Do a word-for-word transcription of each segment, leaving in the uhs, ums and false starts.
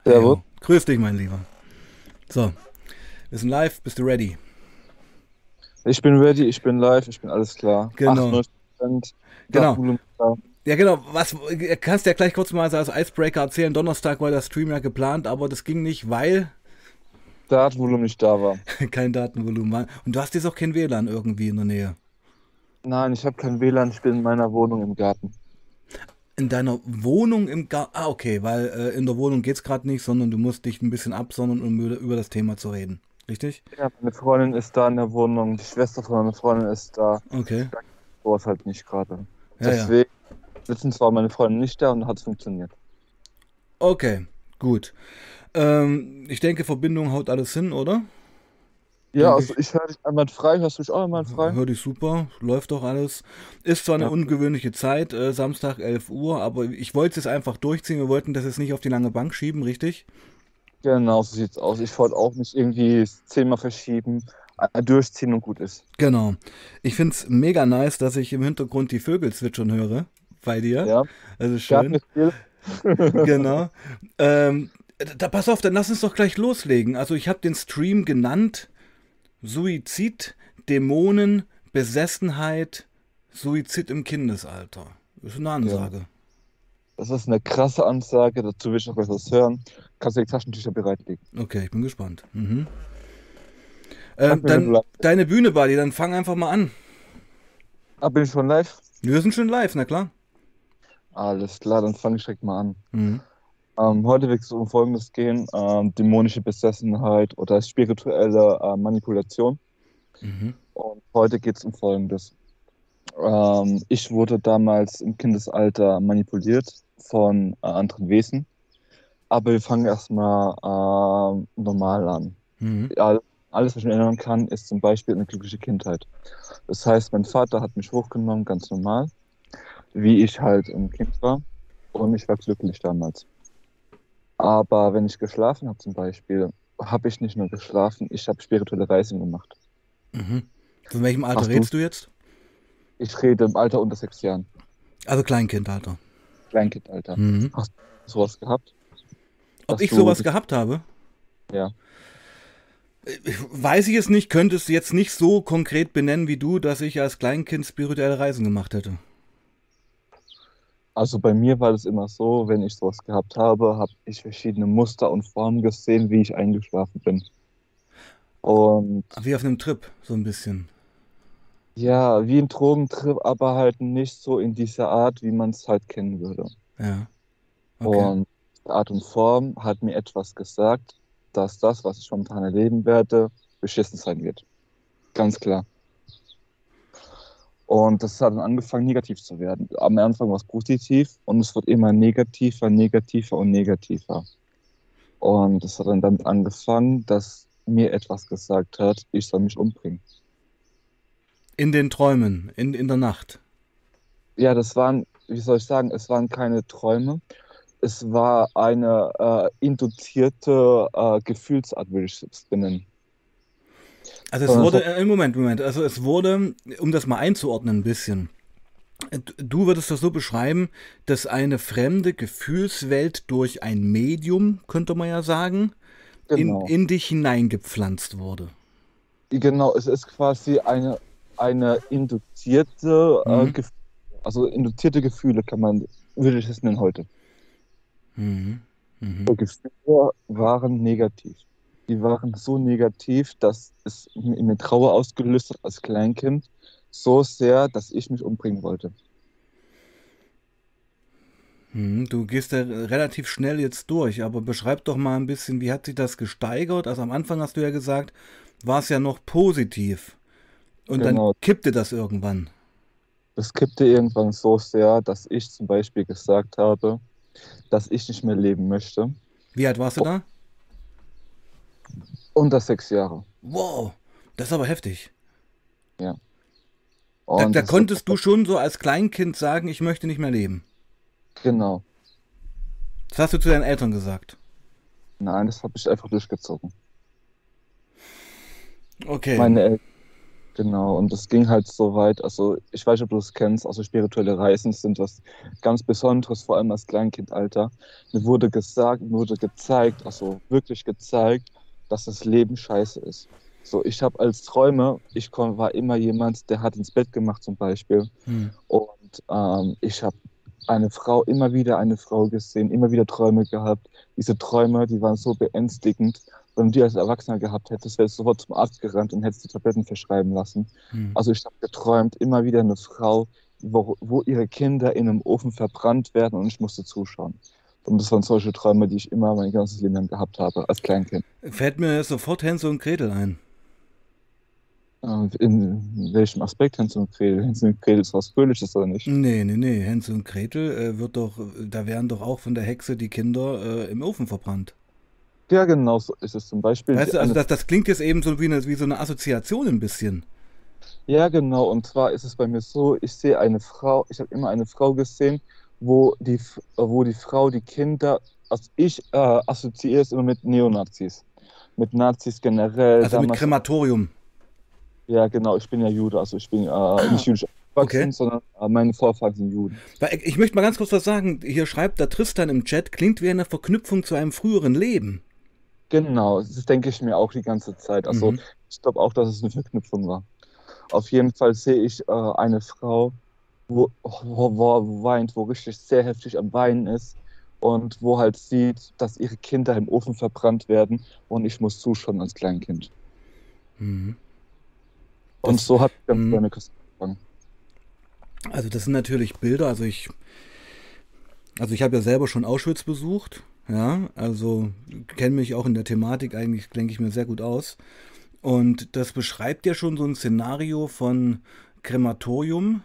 Servus. Jo. Grüß dich, mein Lieber. So, wir sind live. Bist du ready? Ich bin ready, ich bin live, ich bin alles klar. Genau, achtundneunzig Prozent genau. Datenvolumen ist da. Ja, genau. Was kannst du ja gleich kurz mal so als Icebreaker erzählen? Donnerstag war der Stream ja geplant, aber das ging nicht, weil Datenvolumen nicht da war. kein Datenvolumen war. Und du hast jetzt auch kein W L A N irgendwie in der Nähe. Nein, ich habe kein W L A N, ich bin in meiner Wohnung im Garten. In deiner Wohnung im Garten. Ah, okay, weil äh, in der Wohnung geht's gerade nicht, sondern du musst dich ein bisschen absondern, um über, über das Thema zu reden. Richtig? Ja, meine Freundin ist da in der Wohnung, die Schwester von meiner Freundin ist da. Okay. So ist halt nicht gerade. Ja, ja. Deswegen, letztens war meine Freundin nicht da und hat es funktioniert. Okay, gut. Ähm, ich denke, Verbindung haut alles hin, oder? Ja, Denke also ich. ich höre dich einmal frei, hörst du mich auch einmal frei? Hör dich super, läuft doch alles. Ist zwar eine Ja, ungewöhnliche Zeit, äh, Samstag elf Uhr, aber ich wollte es einfach durchziehen. Wir wollten das jetzt nicht auf die lange Bank schieben, richtig? genau, so sieht's aus. Ich wollte auch nicht irgendwie das Thema verschieben, äh, durchziehen und gut ist. Genau. Ich finde es mega nice, dass ich im Hintergrund die Vögel zwitschern höre bei dir. Ja, Also Garten schön. ist viel. Genau. Ähm, da pass auf, dann lass uns doch gleich loslegen. Also ich habe den Stream genannt Suizid, Dämonen, Besessenheit, Suizid im Kindesalter. Das ist eine Ja. Ansage. Das ist eine krasse Ansage, dazu will ich noch etwas hören. Kannst du die Taschentücher bereitlegen? Okay, ich bin gespannt. Mhm. Sag Ähm, mir, wenn du dann live bist. deine Bühne, Buddy, dann fang einfach mal an. Ah, bin ich schon live? Wir sind schon live, na klar. Alles klar, dann fange ich direkt mal an. Mhm. Ähm, heute wird es um Folgendes gehen: ähm, dämonische Besessenheit oder spirituelle äh, Manipulation. Mhm. Und heute geht es um Folgendes. Ähm, ich wurde damals im Kindesalter manipuliert von äh, anderen Wesen. Aber wir fangen erstmal äh, normal an. Mhm. Ja, alles, was ich mir erinnern kann, ist zum Beispiel eine glückliche Kindheit. Das heißt, mein Vater hat mich hochgenommen, ganz normal, wie ich halt ein Kind war. Und ich war glücklich damals. Aber wenn ich geschlafen habe zum Beispiel, habe ich nicht nur geschlafen, ich habe spirituelle Reisen gemacht. Mhm. Von welchem Alter Hast du? redest du jetzt? Ich rede im Alter unter sechs Jahren, Also Kleinkindalter. Kleinkindalter. Mhm. Hast du sowas gehabt, Ob dass ich du sowas dich, gehabt habe? ja, Ich weiß ich es nicht, könnte es jetzt nicht so konkret benennen wie du, dass ich als Kleinkind spirituelle Reisen gemacht hätte. also bei mir war das immer so, wenn ich sowas gehabt habe, habe ich verschiedene Muster und Formen gesehen, wie ich eingeschlafen bin. Und Wie auf einem Trip, so ein bisschen. ja, wie ein Drogentrip, aber halt nicht so in dieser Art, wie man es halt kennen würde. Ja, okay. Und die Art und Form hat mir etwas gesagt, dass das, was ich momentan erleben werde, beschissen sein wird. Ganz klar. Und das hat dann angefangen, negativ zu werden. Am Anfang war es positiv und es wird immer negativer, negativer und negativer. Und es hat dann damit angefangen, dass mir etwas gesagt hat, ich soll mich umbringen. In den Träumen, in, in der Nacht. Ja, das waren, wie soll ich sagen, es waren keine Träume. Es war eine äh, induzierte äh, Gefühlsart, würde ich es benennen. Also es Sondern es wurde, hat, äh, Moment, Moment, also es wurde, um das mal einzuordnen ein bisschen, äh, du würdest das so beschreiben, dass eine fremde Gefühlswelt durch ein Medium, könnte man ja sagen, in, genau, in dich hineingepflanzt wurde. genau, es ist quasi eine, eine induzierte, äh, Mhm. Gef also induzierte Gefühle kann man, würde ich es nennen heute. Mhm. Mhm. Die Gefühle waren negativ. Die waren so negativ, dass es in mir Trauer ausgelöst hat als Kleinkind, so sehr, dass ich mich umbringen wollte. Mhm. Du gehst da relativ schnell jetzt durch, aber beschreib doch mal ein bisschen, wie hat sich das gesteigert? Also am Anfang hast du ja gesagt, war es ja noch positiv und dann Genau, kippte das irgendwann. das kippte irgendwann so sehr, dass ich zum Beispiel gesagt habe, dass ich nicht mehr leben möchte. Wie alt warst du da? Unter sechs Jahre, Wow, das ist aber heftig. ja. Da, Und da das hat, konntest du schon so als Kleinkind sagen, ich möchte nicht mehr leben. genau. Das hast du zu deinen Eltern gesagt. Nein, das habe ich einfach durchgezogen. Okay. Meine, El Genau, und das ging halt so weit, also ich weiß nicht, ob du es kennst, also spirituelle Reisen sind was ganz Besonderes, vor allem als Kleinkindalter. Mir wurde gesagt, mir wurde gezeigt, also wirklich gezeigt, dass das Leben scheiße ist. So, ich habe als Träumer, ich kon, war immer jemand, der hat ins Bett gemacht zum Beispiel. Hm. Und ähm, ich habe eine Frau, immer wieder eine Frau gesehen, immer wieder Träume gehabt. Diese Träume, die waren so beängstigend. Wenn du die als Erwachsener gehabt hättest, wärst du sofort zum Arzt gerannt und hättest die Tabletten verschreiben lassen. Hm. Also ich habe geträumt, immer wieder eine Frau, wo, wo ihre Kinder in einem Ofen verbrannt werden und ich musste zuschauen. Und das waren solche Träume, die ich immer mein ganzes Leben lang gehabt habe, als Kleinkind. Fällt mir sofort Hänsel und Gretel ein. Äh, In welchem Aspekt Hänsel und Gretel? Hänsel und Gretel ist was Fröhliches oder nicht? Nee, nee, nee. Hänsel und Gretel äh, wird doch, da werden doch auch von der Hexe die Kinder äh, im Ofen verbrannt. Ja, genau so ist es zum Beispiel. Weißt Die du, also eine, das, das klingt jetzt eben so wie eine, wie so eine Assoziation ein bisschen. ja, genau. Und zwar ist es bei mir so, ich sehe eine Frau, ich habe immer eine Frau gesehen, wo die, wo die Frau die Kinder, also ich äh, assoziiere es immer mit Neonazis. Mit Nazis generell. Also mit Damals, Krematorium. ja, genau, ich bin ja Jude, also ich bin äh, Ah, nicht jüdisch okay. aufgewachsen, sondern äh, meine Vorfahren sind Juden. Weil ich, ich möchte mal ganz kurz was sagen. Hier schreibt der Tristan im Chat, klingt wie eine Verknüpfung zu einem früheren Leben. Genau, das denke ich mir auch die ganze Zeit. Also Mhm. ich glaube auch, dass es eine Verknüpfung war. Auf jeden Fall sehe ich äh, eine Frau, wo, wo, wo weint, wo richtig sehr heftig am Weinen ist und wo halt sieht, dass ihre Kinder im Ofen verbrannt werden und ich muss zuschauen als Kleinkind. Mhm. Und Das, so hat ganz mhm. meine Küste angefangen. Also das sind natürlich Bilder. Also ich, also ich habe ja selber schon Auschwitz besucht. Ja, also kenne mich auch in der Thematik eigentlich, denke ich mir, sehr gut aus. Und das beschreibt ja schon so ein Szenario von Krematorium,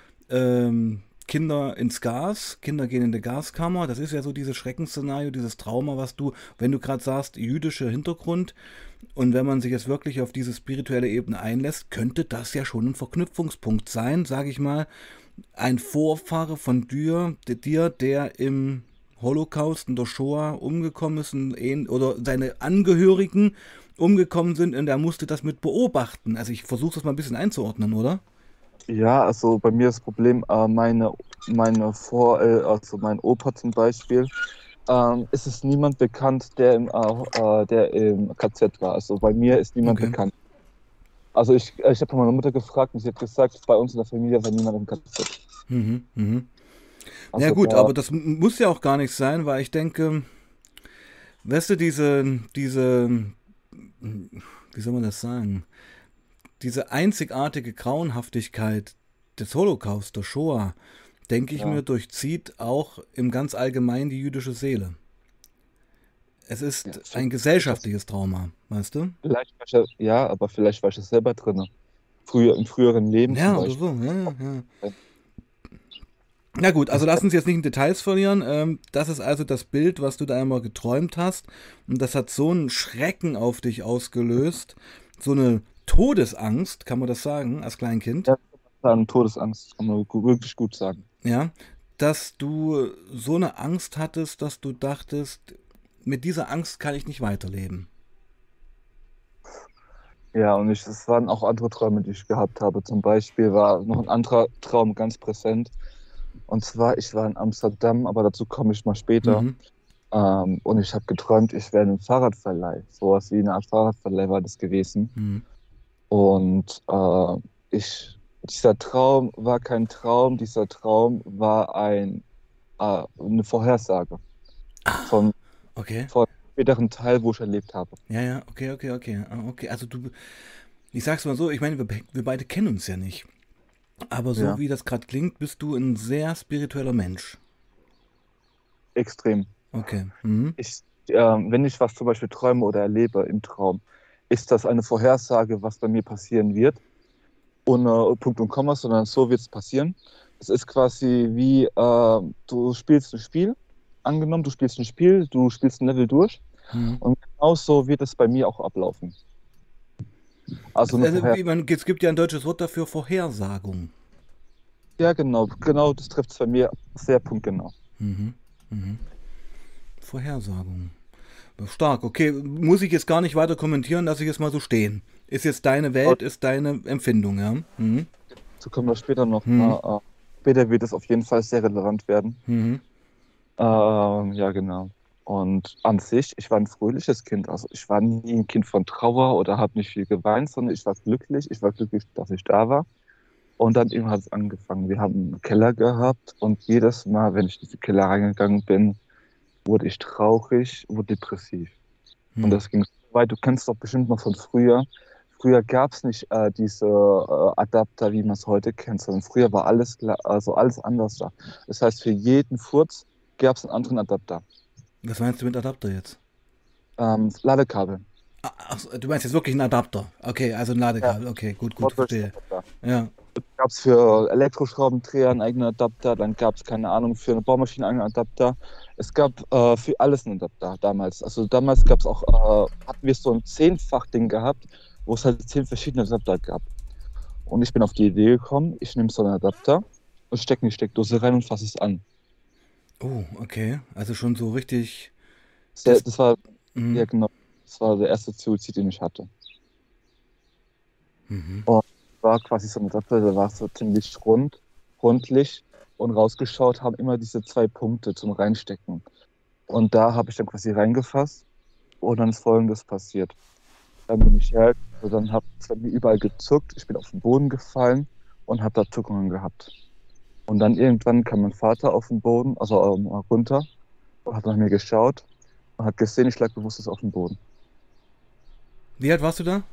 ähm, Kinder ins Gas, Kinder gehen in die Gaskammer. Das ist ja so dieses Schreckensszenario, dieses Trauma, was du, wenn du gerade sagst, jüdischer Hintergrund. Und wenn man sich jetzt wirklich auf diese spirituelle Ebene einlässt, könnte das ja schon ein Verknüpfungspunkt sein, sage ich mal. Ein Vorfahre von dir, dir, der im Holocaust, in der Shoah umgekommen ist und, oder seine Angehörigen umgekommen sind und er musste das mit beobachten. Also ich versuche das mal ein bisschen einzuordnen, oder? Ja, also bei mir ist das Problem, äh, meine, meine Vor, äh, also mein Opa zum Beispiel, ähm, ist es niemand bekannt, der im, äh, äh, der im K Z war. Also bei mir ist niemand Okay. bekannt. Also ich, ich habe meine Mutter gefragt und sie hat gesagt, bei uns in der Familie war niemand im K Z. Mhm, mhm. Ja Also gut, da, aber das m- muss ja auch gar nicht sein, weil ich denke, weißt du, diese, diese, wie soll man das sagen, diese einzigartige Grauenhaftigkeit des Holocaust, der Shoah, denke ich ja, mir, durchzieht auch im ganz Allgemeinen die jüdische Seele. Es ja, ist ein vielleicht, das, gesellschaftliches Trauma, weißt du? vielleicht war ich ja, ja, aber vielleicht war ich ja selber drin. Früher, im früheren Leben zum Ja, oder Beispiel. so, ja, ja, ja. Na gut, also lass uns jetzt nicht in Details verlieren. Ähm, das ist also das Bild, was du da einmal geträumt hast. Und das hat so einen Schrecken auf dich ausgelöst. So eine Todesangst, kann man das sagen, als Kleinkind. Ja, an Todesangst, kann man gu- wirklich gut sagen. Ja, dass du so eine Angst hattest, dass du dachtest, mit dieser Angst kann ich nicht weiterleben. Ja, und ich, es waren auch andere Träume, die ich gehabt habe. Zum Beispiel war noch ein anderer Traum ganz präsent. Und zwar, ich war in Amsterdam, aber dazu komme ich mal später. Mhm. Ähm, und ich habe geträumt, ich wäre in einem Fahrradverleih. Sowas wie eine Art Fahrradverleih war das gewesen. Mhm. Und äh, ich, dieser Traum war kein Traum, dieser Traum war ein, äh, eine Vorhersage von, Okay. von einem späteren Teil, wo ich erlebt habe. Ja, ja, okay, okay, okay. Ah, okay, also du, ich sag's mal so, ich meine, wir, be- wir beide kennen uns ja nicht. Aber so Ja, wie das gerade klingt, bist du ein sehr spiritueller Mensch. extrem. Okay. Mhm. Ich, ähm, wenn ich was zum Beispiel träume oder erlebe im Traum, ist das eine Vorhersage, was bei mir passieren wird, ohne Punkt und Komma, sondern so wird es passieren. Es ist quasi wie, äh, du spielst ein Spiel, angenommen, du spielst ein Spiel, du spielst ein Level durch Mhm. und genau so wird es bei mir auch ablaufen. Also eine Also, Vorhersage. wie man, es gibt ja ein deutsches Wort dafür, Vorhersagung. Ja, genau, genau, das trifft es bei mir sehr punktgenau. Mhm. Mhm. Vorhersagung. Stark, okay. Muss ich jetzt gar nicht weiter kommentieren, lasse ich es mal so stehen. Ist jetzt deine Welt, ist deine Empfindung, ja? Mhm. Dazu kommen wir später noch. Mhm. Äh, später wird es auf jeden Fall sehr relevant werden. Mhm. Ähm, ja, genau. Und an sich, ich war ein fröhliches Kind. Also ich war nie ein Kind von Trauer oder habe nicht viel geweint, sondern ich war glücklich. Ich war glücklich, dass ich da war. Und dann eben hat es angefangen. Wir haben einen Keller gehabt und jedes Mal, wenn ich in diesen Keller reingegangen bin, wurde ich traurig, wurde depressiv. Und Mhm. das ging so weit. Du kennst doch bestimmt noch von früher. Früher gab es nicht äh, diese äh, Adapter, wie man es heute kennt, sondern früher war alles, gla- also alles anders da. Das heißt, für jeden Furz gab es einen anderen Adapter. Was meinst du mit Adapter jetzt? Ähm, Ladekabel. Ah, ach, so, du meinst jetzt wirklich einen Adapter. Okay, also ein Ja, Ladekabel. Okay, gut, gut, verstehe. Adapter. Ja. Gab es für Elektroschraubendreher einen eigenen Adapter, dann gab es, keine Ahnung, für eine Bohrmaschine einen eigenen Adapter. Es gab äh, für alles einen Adapter damals. Also damals gab es auch, äh, hatten wir so ein Zehnfach-Ding gehabt, wo es halt zehn verschiedene Adapter gab. Und ich bin auf die Idee gekommen, ich nehme so einen Adapter und stecke in die Steckdose rein und fasse es an. Oh, okay. Also schon so richtig. Das, Das. das war, ja Mhm. genau, das war der erste Suizid, den ich hatte. Mhm. Und war quasi so ein Adapter, der war so ziemlich rund, rundlich und rausgeschaut haben immer diese zwei Punkte zum Reinstecken. Und da habe ich dann quasi reingefasst und dann ist Folgendes passiert. Dann bin ich her, also dann hat es bei mir überall gezuckt, ich bin auf den Boden gefallen und habe da Zuckungen gehabt. Und dann irgendwann kam mein Vater auf den Boden, also ähm, runter, und hat nach mir geschaut und hat gesehen, ich lag bewusstlos auf dem Boden. Wie alt warst du da?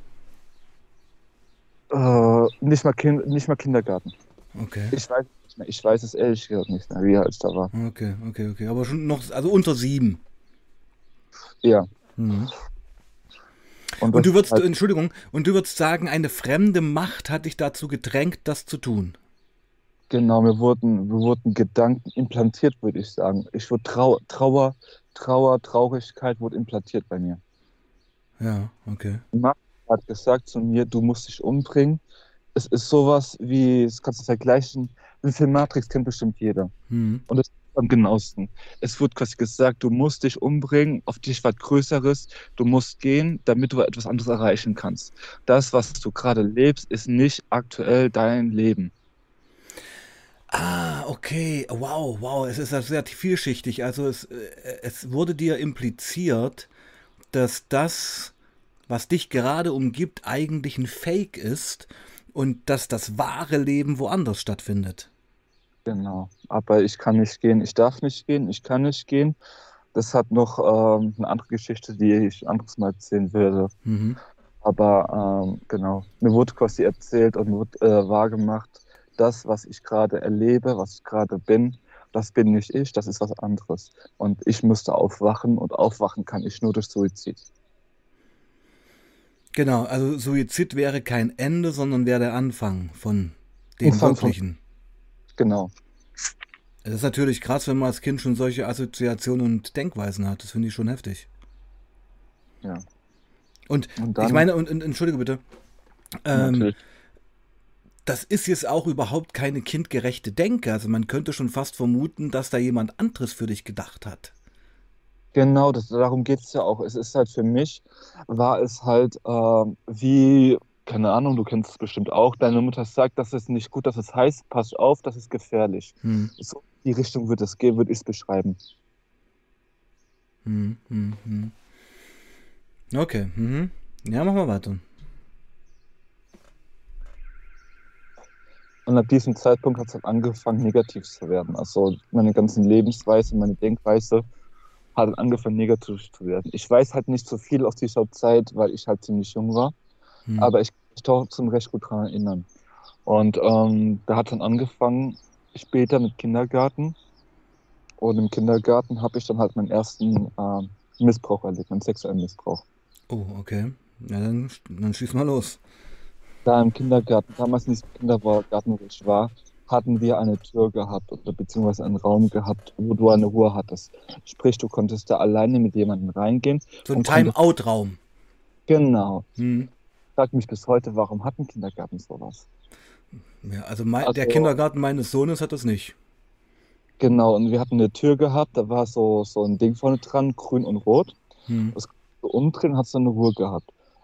Äh, nicht mal kind, nicht mal Kindergarten. Okay. Ich weiß es nicht mehr. Ich weiß es ehrlich gesagt nicht mehr, wie alt ich da war. Okay, okay, okay. Aber schon noch, also unter sieben. Ja, Mhm. und Und das du ist würdest, halt Entschuldigung, und du würdest sagen, eine fremde Macht hat dich dazu gedrängt, das zu tun. genau, mir wurden, mir wurden Gedanken implantiert, würde ich sagen. Ich wurde Trau Trauer, Trauer, Traurigkeit wurde implantiert bei mir. Ja, okay. Die Macht hat gesagt zu mir, du musst dich umbringen. Es ist sowas wie, das kannst du vergleichen, den Film Matrix kennt bestimmt jeder. Mhm. Und das ist am genauesten. Es wurde quasi gesagt, du musst dich umbringen, auf dich was Größeres, du musst gehen, damit du etwas anderes erreichen kannst. Das, was du gerade lebst, ist nicht aktuell dein Leben. Ah, okay. Wow, wow. Es ist ja sehr vielschichtig. Also es, äh, es wurde dir impliziert, dass das, was dich gerade umgibt, eigentlich ein Fake ist und dass das wahre Leben woanders stattfindet. Genau. Aber ich kann nicht gehen, ich darf nicht gehen, ich kann nicht gehen. Das hat noch ähm, eine andere Geschichte, die ich ein anderes Mal erzählen würde. Mhm. Aber ähm, genau, mir wurde quasi erzählt und mir wurde äh, wahrgemacht, das, was ich gerade erlebe, was ich gerade bin, das bin nicht ich, das ist was anderes. Und ich müsste aufwachen und aufwachen kann ich nur durch Suizid. Genau, also Suizid wäre kein Ende, sondern wäre der Anfang von dem Umfang von, Wirklichen. genau, Es ist natürlich krass, wenn man als Kind schon solche Assoziationen und Denkweisen hat. Das finde ich schon heftig. ja. Und Und ich dann meine, und, und entschuldige bitte, ähm, natürlich, das ist jetzt auch überhaupt keine kindgerechte Denke. Also man könnte schon fast vermuten, dass da jemand anderes für dich gedacht hat. genau, das, darum geht es ja auch. Es ist halt für mich, war es halt ähm, wie, keine Ahnung, du kennst es bestimmt auch, deine Mutter sagt, das ist nicht gut, das ist heiß, pass auf, das ist gefährlich. Hm, So in die Richtung wird es gehen, würde ich es beschreiben. hm, hm, hm. Okay, mhm. Ja, machen wir weiter. Und ab diesem Zeitpunkt hat es halt angefangen, negativ zu werden. Also meine ganze Lebensweise, meine Denkweise hat dann angefangen, negativ zu werden. Ich weiß halt nicht so viel aus dieser Zeit, weil ich halt ziemlich jung war, Hm. aber ich kann mich trotzdem recht gut daran erinnern. Und ähm, da hat dann angefangen, später mit Kindergarten. Und im Kindergarten habe ich dann halt meinen ersten ähm, Missbrauch erlebt, meinen sexuellen Missbrauch. Oh, okay. Ja, dann, dann schieß mal los. Da im Kindergarten, damals in diesem Kindergarten, wo ich war, hatten wir eine Tür gehabt oder beziehungsweise einen Raum gehabt, wo du eine Ruhe hattest. Sprich, du konntest da alleine mit jemandem reingehen So ein und konntest, Time-out-Raum. genau. Hm. Ich frage mich bis heute, warum hat ein Kindergarten sowas? Ja, also mein, der Also, Kindergarten meines Sohnes hat das nicht. genau, und wir hatten eine Tür gehabt, da war so, so ein Ding vorne dran, grün und rot. Hm. Das konntest du umdrehen, hast du eine Ruhe gehabt.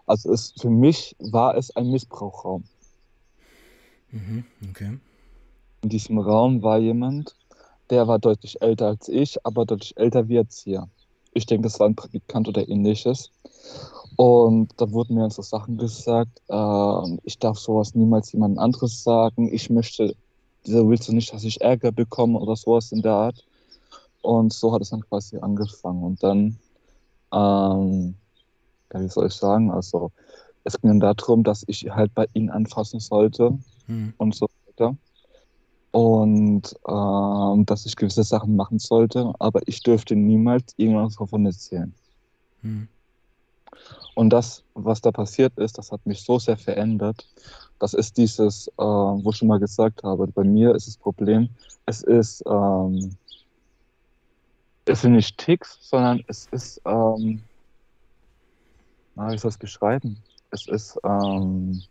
Also es, für mich war es ein Missbrauchraum. Mhm, okay. In diesem Raum war jemand, der war deutlich älter als ich, aber deutlich älter wie Erzieher. Ich denke, das war ein Praktikant oder ähnliches. Und da wurden mir so Sachen gesagt, äh, ich darf sowas niemals jemand anderes sagen. Ich möchte, dieser willst du nicht, dass ich Ärger bekomme oder sowas in der Art. Und so hat es dann quasi angefangen. Und dann, ähm, ja, wie soll ich sagen, also es ging dann darum, dass ich halt bei ihnen anfassen sollte Hm, und so weiter. Und ähm, dass ich gewisse Sachen machen sollte, aber ich dürfte niemals irgendwas davon erzählen. hm. Und das, was da passiert ist, das hat mich so sehr verändert. Das ist dieses, äh, wo ich schon mal gesagt habe, bei mir ist das Problem, es ist, ähm, es sind nicht Ticks, sondern es ist, ähm, na, wie soll ich es beschreiben? Es ist, ähm,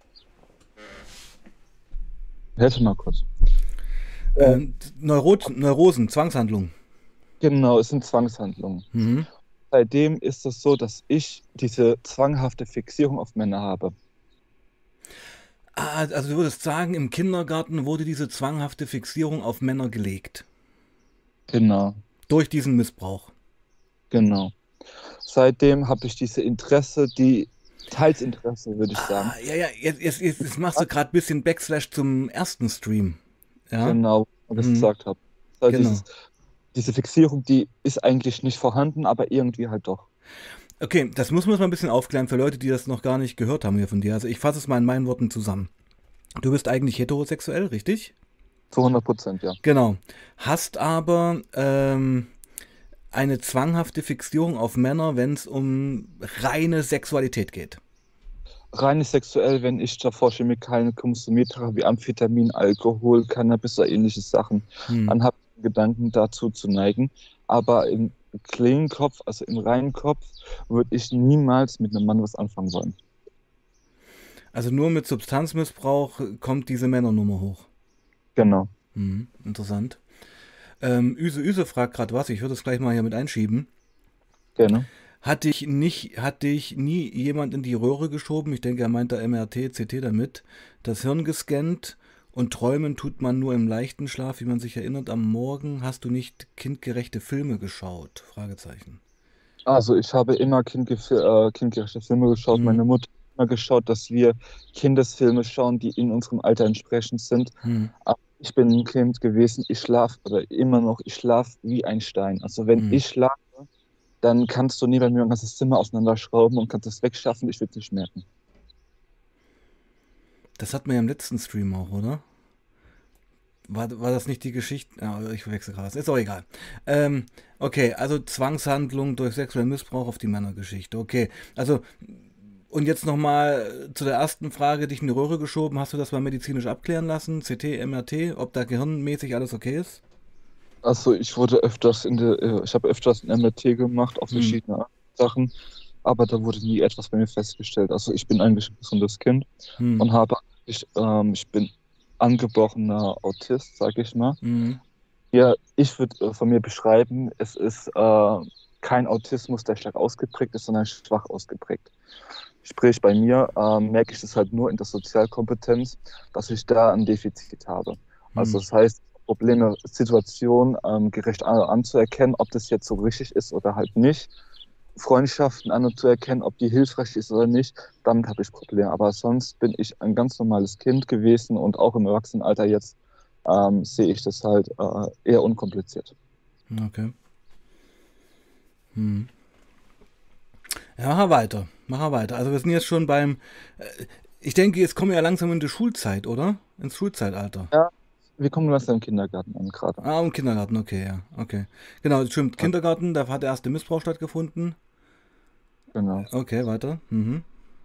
helfe mal kurz. Ja. Ähm, Neurot Neurosen, Zwangshandlungen. Genau, es sind Zwangshandlungen. Mhm. Seitdem ist es so, dass ich diese zwanghafte Fixierung auf Männer habe. Ah, also du würdest sagen, im Kindergarten wurde diese zwanghafte Fixierung auf Männer gelegt. Genau, Durch diesen Missbrauch. genau. Seitdem habe ich diese Interesse, die teils Interesse, würde ich sagen. Ah, ja, ja, jetzt, jetzt, jetzt, jetzt machst du gerade ein bisschen Backslash zum ersten Stream. Ja, Genau, wie ich das mhm. gesagt habe. Also Genau. dieses, diese Fixierung, die ist eigentlich nicht vorhanden, aber irgendwie halt doch. Okay, das muss man jetzt mal ein bisschen aufklären für Leute, die das noch gar nicht gehört haben hier von dir. Also ich fasse es mal in meinen Worten zusammen. Du bist eigentlich heterosexuell, richtig? Zu hundert Prozent, ja. Genau. Hast aber ähm, eine zwanghafte Fixierung auf Männer, wenn es um reine Sexualität geht. Rein sexuell, wenn ich davor Chemikalien konsumiert habe, wie Amphetamin, Alkohol, Cannabis oder ähnliche Sachen, Hm. dann habe ich den Gedanken dazu zu neigen. Aber im clean Kopf, also im reinen Kopf, würde ich niemals mit einem Mann was anfangen wollen. Also nur mit Substanzmissbrauch kommt diese Männernummer hoch. Genau, Hm, interessant. Ähm, Üse Üse fragt gerade was, ich würde es gleich mal hier mit einschieben. gerne. Hat dich nicht, hat dich nie jemand in die Röhre geschoben? Ich denke, er meint da M R T, C T damit. Das Hirn gescannt und träumen tut man nur im leichten Schlaf, wie man sich erinnert. Am Morgen hast du nicht kindgerechte Filme geschaut? Fragezeichen. Also ich habe immer kindgef- äh, kindgerechte Filme geschaut. Hm, Meine Mutter hat immer geschaut, dass wir Kindesfilme schauen, die in unserem Alter entsprechend sind. hm, Aber ich bin ein Kind gewesen, ich schlafe, oder immer noch, ich schlafe wie ein Stein. Also wenn hm. ich schlafe, dann kannst du neben mir ein ganzes Zimmer auseinanderschrauben und kannst es wegschaffen, ich würde es nicht merken. Das hatten wir ja im letzten Stream auch, oder? War, war das nicht die Geschichte? Ja, ich verwechsel gerade. was. Ist auch egal. Ähm, okay, also Zwangshandlung durch sexuellen Missbrauch auf die Männergeschichte. Okay, also und jetzt nochmal zu der ersten Frage, dich in die Röhre geschoben. Hast du das mal medizinisch abklären lassen? C T, M R T, ob da gehirnmäßig alles okay ist? Also ich wurde öfters in der, äh, ich habe öfters ein M R T gemacht auf Hm, verschiedene Sachen, aber da wurde nie etwas bei mir festgestellt. Also ich bin eigentlich ein gesundes Kind hm, und habe, ich, ähm, ich bin angebrochener Autist, sage ich mal. hm, Ja, ich würde äh, von mir beschreiben, es ist äh, kein Autismus, der stark ausgeprägt ist, sondern schwach ausgeprägt. Sprich, bei mir ähm, merke ich das halt nur in der Sozialkompetenz, dass ich da ein Defizit habe. Also hm. das heißt, Probleme, Situationen ähm, gerecht an, anzuerkennen, ob das jetzt so richtig ist oder halt nicht. Freundschaften anzuerkennen, ob die hilfreich ist oder nicht, damit habe ich Probleme. Aber sonst bin ich ein ganz normales Kind gewesen und auch im Erwachsenenalter jetzt ähm, sehe ich das halt äh, eher unkompliziert. Okay. Hm. Ja, mach weiter. Mach weiter. Also wir sind jetzt schon beim. Äh, ich denke, jetzt kommen wir ja langsam in die Schulzeit, oder? Ins Schulzeitalter. Ja, wir kommen langsam im Kindergarten an gerade. Ah, im Kindergarten, okay, ja, okay. Genau, stimmt, Kindergarten, da hat der erste Missbrauch stattgefunden. Genau. Okay, weiter. Mhm.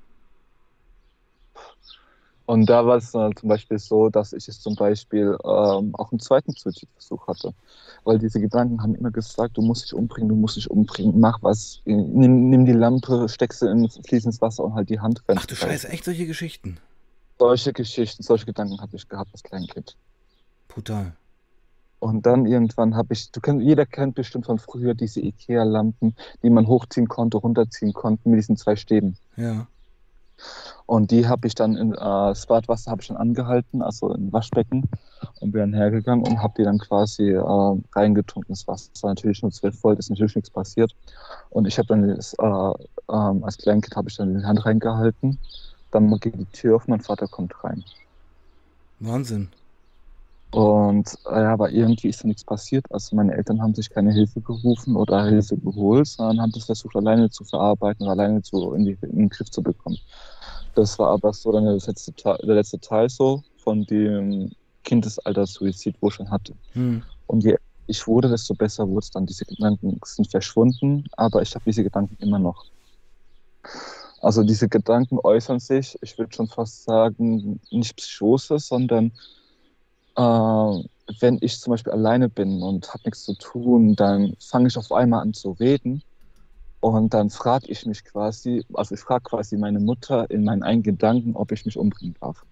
Und da war es dann zum Beispiel so, dass ich es zum Beispiel ähm, auch einen zweiten Suizidversuch hatte. Weil diese Gedanken haben immer gesagt, du musst dich umbringen, du musst dich umbringen, mach was, nimm, nimm die Lampe, steck sie in fließendes Wasser und halt die Hand Ach du rennt Scheiße, raus. echt solche Geschichten? Solche Geschichten, solche Gedanken habe ich gehabt als Kleinkind. Brutal. Und dann irgendwann habe ich, du kennt, jeder kennt bestimmt von früher diese IKEA-Lampen, die man hochziehen konnte, runterziehen konnte mit diesen zwei Stäben. Ja. Und die habe ich dann in äh, das Badwasser habe ich dann angehalten, also im Waschbecken und bin dann hergegangen und habe die dann quasi äh, reingetunken. Das Wasser war natürlich nur zwölf Volt, ist natürlich nichts passiert. Und ich habe dann das, äh, ähm, als Kleinkind habe ich dann die Hand reingehalten. Dann geht die Tür auf, mein Vater kommt rein. Wahnsinn. Und äh, ja, aber irgendwie ist da nichts passiert. Also meine Eltern haben sich keine Hilfe gerufen oder Hilfe geholt, sondern haben das versucht, alleine zu verarbeiten und alleine zu, in, die, in den Griff zu bekommen. Das war aber so dann der letzte, Teil- der letzte Teil so von dem Kindesalter-Suizid, wo ich schon hatte. Hm. Und je älter ich wurde, desto besser wurde es dann. Diese Gedanken sind verschwunden, aber ich habe diese Gedanken immer noch. Also diese Gedanken äußern sich, ich würde schon fast sagen, nicht Psychose, sondern äh, wenn ich zum Beispiel alleine bin und habe nichts zu tun, dann fange ich auf einmal an zu reden und dann frage ich mich quasi, also ich frage quasi meine Mutter in meinen eigenen Gedanken, ob ich mich umbringen darf.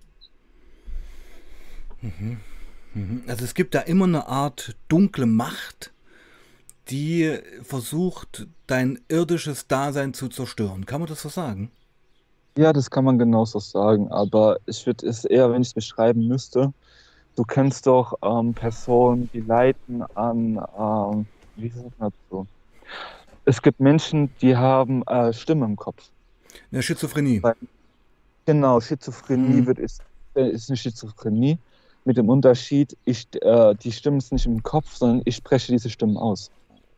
Mhm. Also es gibt da immer eine Art dunkle Macht, die versucht, dein irdisches Dasein zu zerstören. Kann man das so sagen? Ja, das kann man genauso sagen, aber ich würde es eher, wenn ich es beschreiben müsste, du kennst doch ähm, Personen, die leiden an, ähm, wie sagt man das so? Es gibt Menschen, die haben äh, Stimme im Kopf. Eine Schizophrenie. Weil- Genau, Schizophrenie Mhm. wird, ist, äh, ist eine Schizophrenie mit dem Unterschied, ich, äh, die Stimmen sind nicht im Kopf, sondern ich spreche diese Stimmen aus.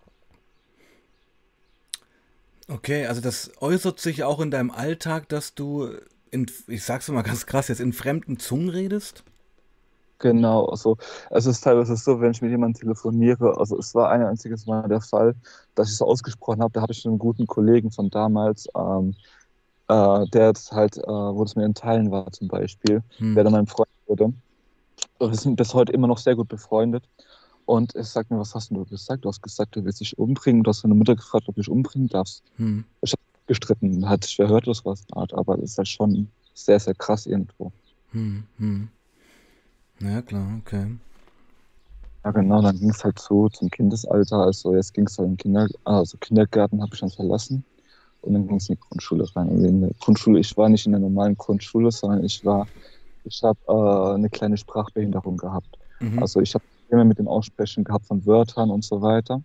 Okay, also das äußert sich auch in deinem Alltag, dass du in, ich sag's mal ganz krass, jetzt in fremden Zungen redest? Genau, also es ist teilweise so, wenn ich mit jemandem telefoniere, also es war ein einziges Mal der Fall, dass ich es ausgesprochen habe, da habe ich einen guten Kollegen von damals, ähm, äh, der jetzt halt, äh, wo das mir in Teilen war zum Beispiel, Hm. der dann mein Freund wurde. Und wir sind bis heute immer noch sehr gut befreundet. Und er sagt mir, was hast denn du gesagt? Du hast gesagt, du willst dich umbringen. Du hast deine Mutter gefragt, ob du dich umbringen darfst. Hm. Ich habe gestritten, hat schwer hört, das was eine Art, aber das ist halt schon sehr, sehr krass irgendwo. Hm. Hm. Ja, klar, okay. Ja, genau, dann ging es halt so zum Kindesalter. Also jetzt ging es halt in den Kinder, also Kindergarten habe ich schon verlassen und dann ging es in die Grundschule rein. Und in der Grundschule, ich war nicht in der normalen Grundschule, sondern ich war, ich habe äh, eine kleine Sprachbehinderung gehabt. Mhm. Also ich habe Probleme mit dem Aussprechen gehabt von Wörtern und so weiter.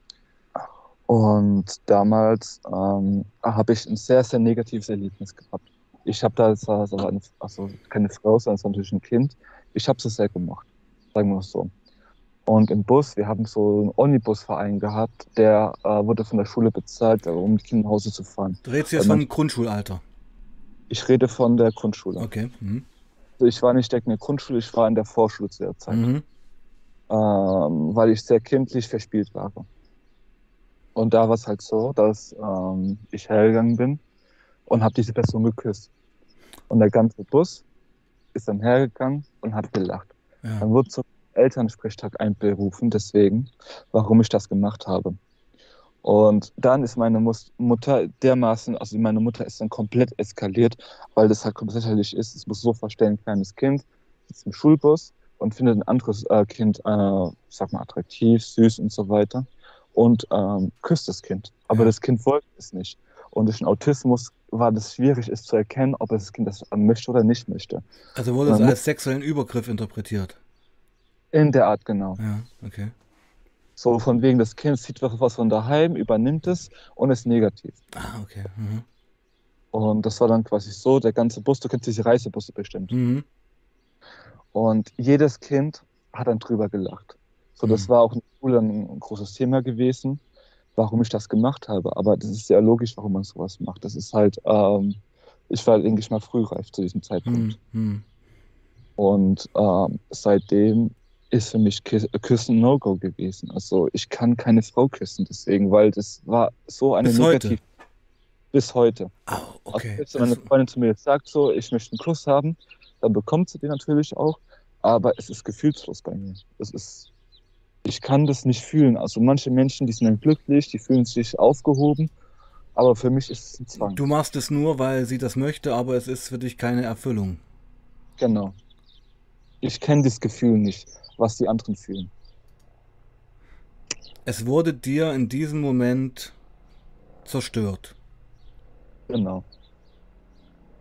Und damals ähm, habe ich ein sehr, sehr negatives Erlebnis gehabt. Ich habe da zwar also eine, also keine Frau, sondern es war natürlich ein Kind. Ich habe es sehr gemocht, sagen wir es so. Und im Bus, wir haben so einen Omnibusverein gehabt, der äh, wurde von der Schule bezahlt, äh, um die Kinder nach Hause zu fahren. Du redest Weil jetzt man, vom Grundschulalter. ich rede von der Grundschule. Okay. Mhm. Also ich war nicht direkt in der Grundschule, ich war in der Vorschule zu der Zeit, Mhm. ähm, weil ich sehr kindlich verspielt war. Und da war es halt so, dass ähm, ich hergegangen bin und habe diese Person geküsst. Und der ganze Bus ist dann hergegangen und hat gelacht. Ja. Dann wurde zum Elternsprechtag einberufen, deswegen, warum ich das gemacht habe. Und dann ist meine Mus Mutter dermaßen, also meine Mutter ist dann komplett eskaliert, weil das halt komplett lächerlich ist. Es muss so vorstellen, ein kleines Kind sitzt im Schulbus und findet ein anderes äh, Kind, äh, ich sag mal, attraktiv, süß und so weiter und ähm, küsst das Kind. Aber Ja. das Kind wollte es nicht. Und durch den Autismus war das schwierig, es zu erkennen, ob das Kind das möchte oder nicht möchte. Also wurde Und es dann muss als sexuellen Übergriff interpretiert. in der Art genau. Ja, okay. So von wegen, das Kind sieht was von daheim, übernimmt es und ist negativ. Ah, okay. Mhm. Und das war dann quasi so, der ganze Bus, du kennst diese Reisebusse bestimmt. Mhm. Und jedes Kind hat dann drüber gelacht. So, das Mhm. war auch in der Schule ein großes Thema gewesen, warum ich das gemacht habe. Aber das ist sehr logisch, warum man sowas macht. Das ist halt, ähm, ich war, denke ich mal, frühreif zu diesem Mhm. Zeitpunkt. Mhm. Und ähm, seitdem ist für mich Kiss, Küssen No-Go gewesen. Also ich kann keine Frau küssen deswegen, weil das war so eine Bis heute. negative bis heute. Au, Also okay. selbst wenn meine Also, Freundin zu mir jetzt sagt, so, ich möchte einen Kuss haben, dann bekommt sie den natürlich auch, aber es ist gefühlslos bei mir. Es ist, ich kann das nicht fühlen. Also manche Menschen, die sind dann glücklich, die fühlen sich aufgehoben, aber für mich ist es ein Zwang. du machst es nur, weil sie das möchte, aber es ist für dich keine Erfüllung. Genau. Ich kenne das Gefühl nicht, was die anderen fühlen. Es wurde dir in diesem Moment zerstört. Genau.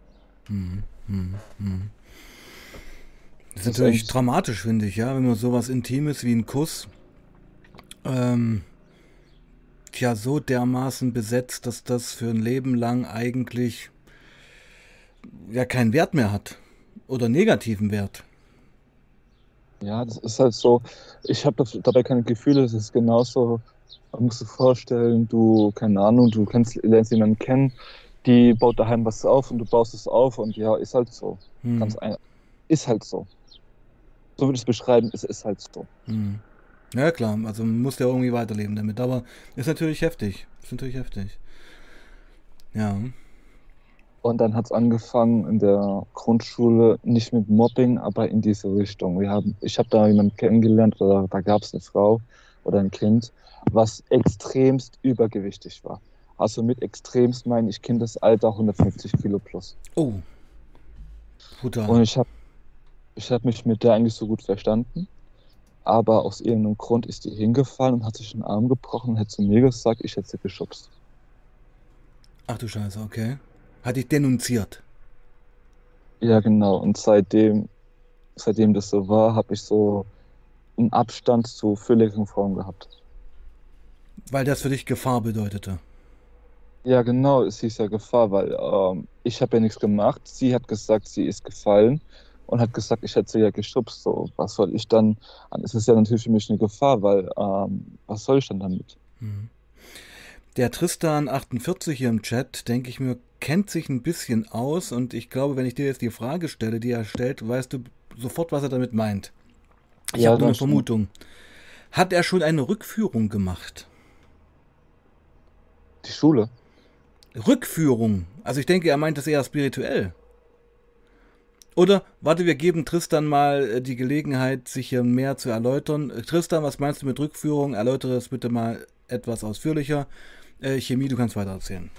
Hm, hm, hm. Das ist Das ist natürlich eigentlich, dramatisch, finde ich, ja, wenn man sowas Intimes wie einen Kuss ähm, tja, so dermaßen besetzt, dass das für ein Leben lang eigentlich ja keinen Wert mehr hat. Oder negativen Wert. ja, das ist halt so, ich habe dabei keine Gefühle, es ist genauso, man muss sich vorstellen, du, keine Ahnung, du kennst, lernst jemanden kennen, die baut daheim was auf und du baust es auf und ja, ist halt so. Hm, Ganz einfach. Ist halt so. So würde ich es beschreiben, es ist halt so. hm. Ja klar, also man muss ja irgendwie weiterleben damit, aber ist natürlich heftig. Ist natürlich heftig. Ja. Und dann hat es angefangen in der Grundschule, nicht mit Mobbing, aber in diese Richtung. Wir haben, ich habe da jemanden kennengelernt, oder da gab es eine Frau oder ein Kind, was extremst übergewichtig war. Also mit extremst meine ich Kindesalter hundertfünfzig Kilo plus. Oh, brutal. Und ich habe ich hab mich mit der eigentlich so gut verstanden, aber aus irgendeinem Grund ist die hingefallen und hat sich den Arm gebrochen und hat zu mir gesagt, ich hätte sie geschubst. Ach du Scheiße, okay. Hat dich denunziert. Ja, genau. Und seitdem, seitdem das so war, habe ich so einen Abstand zu fülligen Frauen gehabt. Weil das für dich Gefahr bedeutete. Ja, genau, es hieß ja Gefahr, weil ähm, ich habe ja nichts gemacht. Sie hat gesagt, sie ist gefallen und hat gesagt, ich hätte sie ja geschubst. So, was soll ich dann? Dann ist es ja natürlich für mich eine Gefahr, weil ähm, was soll ich dann damit? Hm. Der Tristan achtundvierzig hier im Chat, denke ich mir, kennt sich ein bisschen aus und ich glaube, wenn ich dir jetzt die Frage stelle, die er stellt, weißt du sofort, was er damit meint. Ich Ja, habe nur dann eine schon Vermutung. Hat er schon eine Rückführung gemacht? die Schule. Rückführung? Also ich denke, er meint das eher spirituell. Oder, warte, wir geben Tristan mal äh, die Gelegenheit, sich hier mehr zu erläutern. Äh, Tristan, was meinst du mit Rückführung? Erläutere es bitte mal etwas ausführlicher. Äh, Chemie, du kannst weiter erzählen.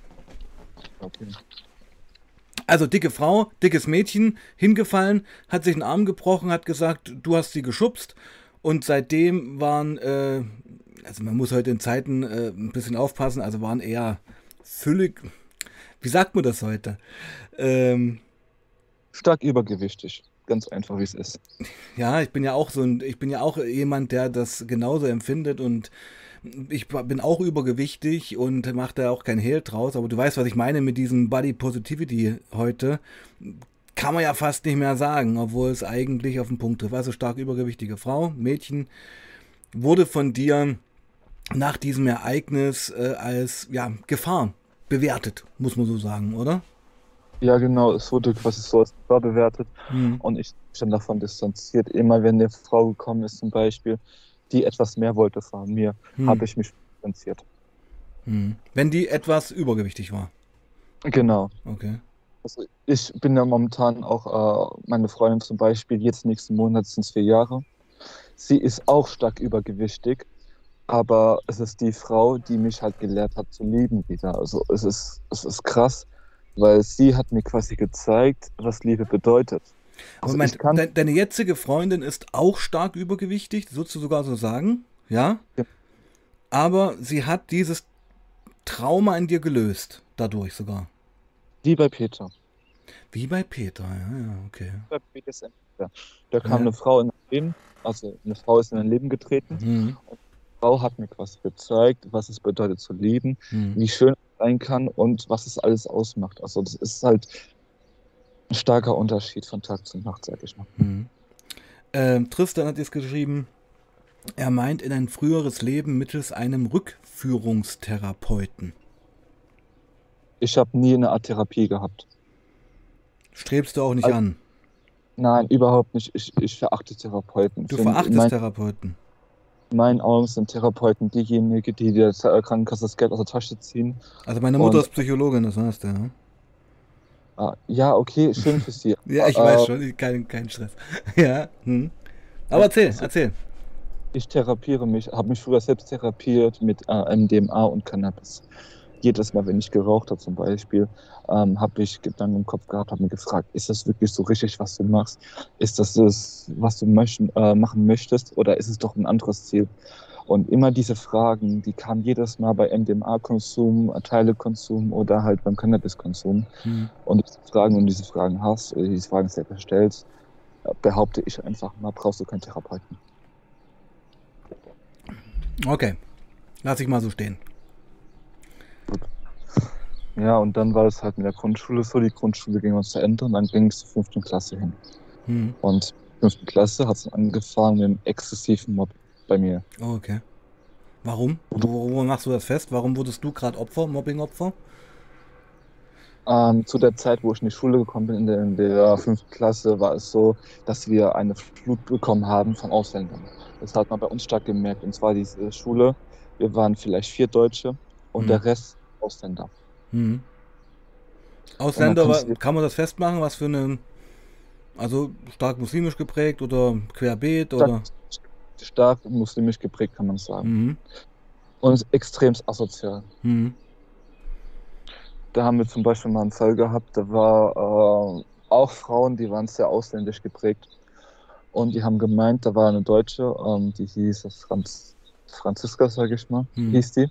Okay. Also dicke Frau, dickes Mädchen, hingefallen, hat sich einen Arm gebrochen, hat gesagt, du hast sie geschubst. Und seitdem waren, äh, also man muss heute in Zeiten äh, ein bisschen aufpassen, also waren eher völlig, wie sagt man das heute? Ähm, Stark übergewichtig. Ganz einfach, wie es ist. ja, ich bin ja auch so ein, ich bin ja auch jemand, der das genauso empfindet und ich bin auch übergewichtig und mache da auch kein Hehl draus, aber du weißt, was ich meine mit diesem Body Positivity heute. Kann man ja fast nicht mehr sagen, obwohl es eigentlich auf den Punkt trifft. Also stark übergewichtige Frau, Mädchen, wurde von dir nach diesem Ereignis äh, als ja, Gefahr bewertet, muss man so sagen, oder? Ja, genau, es wurde quasi so als Gefahr bewertet Hm. und ich stand davon distanziert. Immer wenn eine Frau gekommen ist, zum Beispiel, die etwas mehr wollte von mir, Hm. habe ich mich distanziert. Hm. Wenn die etwas übergewichtig war. Genau. Okay. Also ich bin ja momentan auch, äh, meine Freundin zum Beispiel, jetzt nächsten Monat sind es vier Jahre. Sie ist auch stark übergewichtig, aber es ist die Frau, die mich halt gelehrt hat zu lieben wieder. Also es ist, es ist krass, weil sie hat mir quasi gezeigt, was Liebe bedeutet. Aber Also ich Moment, kann, de deine jetzige Freundin ist auch stark übergewichtig, sollst du sogar so sagen, ja? Aber sie hat dieses Trauma in dir gelöst, dadurch sogar. wie bei Peter. Wie bei Peter, ja, ja, okay. Bei Peter ist ja. Da kam Ja. eine Frau in mein Leben, also eine Frau ist in mein Leben getreten. Hm, Und die Frau hat mir quasi gezeigt, was es bedeutet zu lieben, hm, wie schön es sein kann und was es alles ausmacht. Also das ist halt ein starker Unterschied von Tag zu Nacht, sag ich mal. hm. Ähm, Tristan hat jetzt geschrieben, er meint in ein früheres Leben mittels einem Rückführungstherapeuten. Ich habe nie eine Art Therapie gehabt. Strebst du auch nicht Also, an. nein, überhaupt nicht. Ich, ich verachte Therapeuten. Du Find, in, verachtest mein, Therapeuten. in meinen Augen sind Therapeuten diejenigen, die der Krankenkasse das Geld aus der Tasche ziehen. Also meine Mutter Und ist Psychologin, das weißt du, ja? äh, ja, okay, schön für sie. Ja, ich weiß Äh, schon, kein, kein Stress. Ja, hm. Aber erzähl, also, erzähl. ich therapiere mich, habe mich früher selbst therapiert mit äh, M D M A und Cannabis. Jedes Mal, wenn ich geraucht habe zum Beispiel, ähm, habe ich Gedanken im Kopf gehabt, habe mir gefragt, ist das wirklich so richtig, was du machst? Ist das das, was du möchten, äh, machen möchtest oder ist es doch ein anderes Ziel? Und immer diese Fragen, die kamen jedes Mal bei M D M A-Konsum, Teilekonsum oder halt beim Cannabiskonsum. Hm. Und diese Fragen und diese Fragen hast, oder diese Fragen selber stellst, behaupte ich einfach mal, brauchst du keinen Therapeuten. Okay, lass ich mal so stehen. Ja, und dann war es halt mit der Grundschule so, die Grundschule ging uns zu Ende und dann ging es zur fünften Klasse hin. Hm. Und in der fünften Klasse hat es angefangen mit einem exzessiven Mob bei mir. Oh, okay. Warum? Wo machst du das fest? Warum wurdest du gerade Opfer, Mobbing-Opfer? Ähm, zu der Zeit, wo ich in die Schule gekommen bin, in der, in der fünften Klasse, war es so, dass wir eine Flut bekommen haben von Ausländern. Das hat man bei uns stark gemerkt. Und zwar diese Schule, wir waren vielleicht vier Deutsche und Hm. der Rest Ausländer. Hm. Und dann Ausländer, wa- kommst du kann man das festmachen? Was für eine, also stark muslimisch geprägt oder querbeet oder? stark, stark muslimisch geprägt, kann man sagen. Mhm. Und es ist extrem asozial. Mhm. Da haben wir zum Beispiel mal einen Fall gehabt, da war äh, auch Frauen, die waren sehr ausländisch geprägt. Und die haben gemeint, da war eine Deutsche, ähm, die hieß Franz, Franziska, sage ich mal, Mhm. hieß die.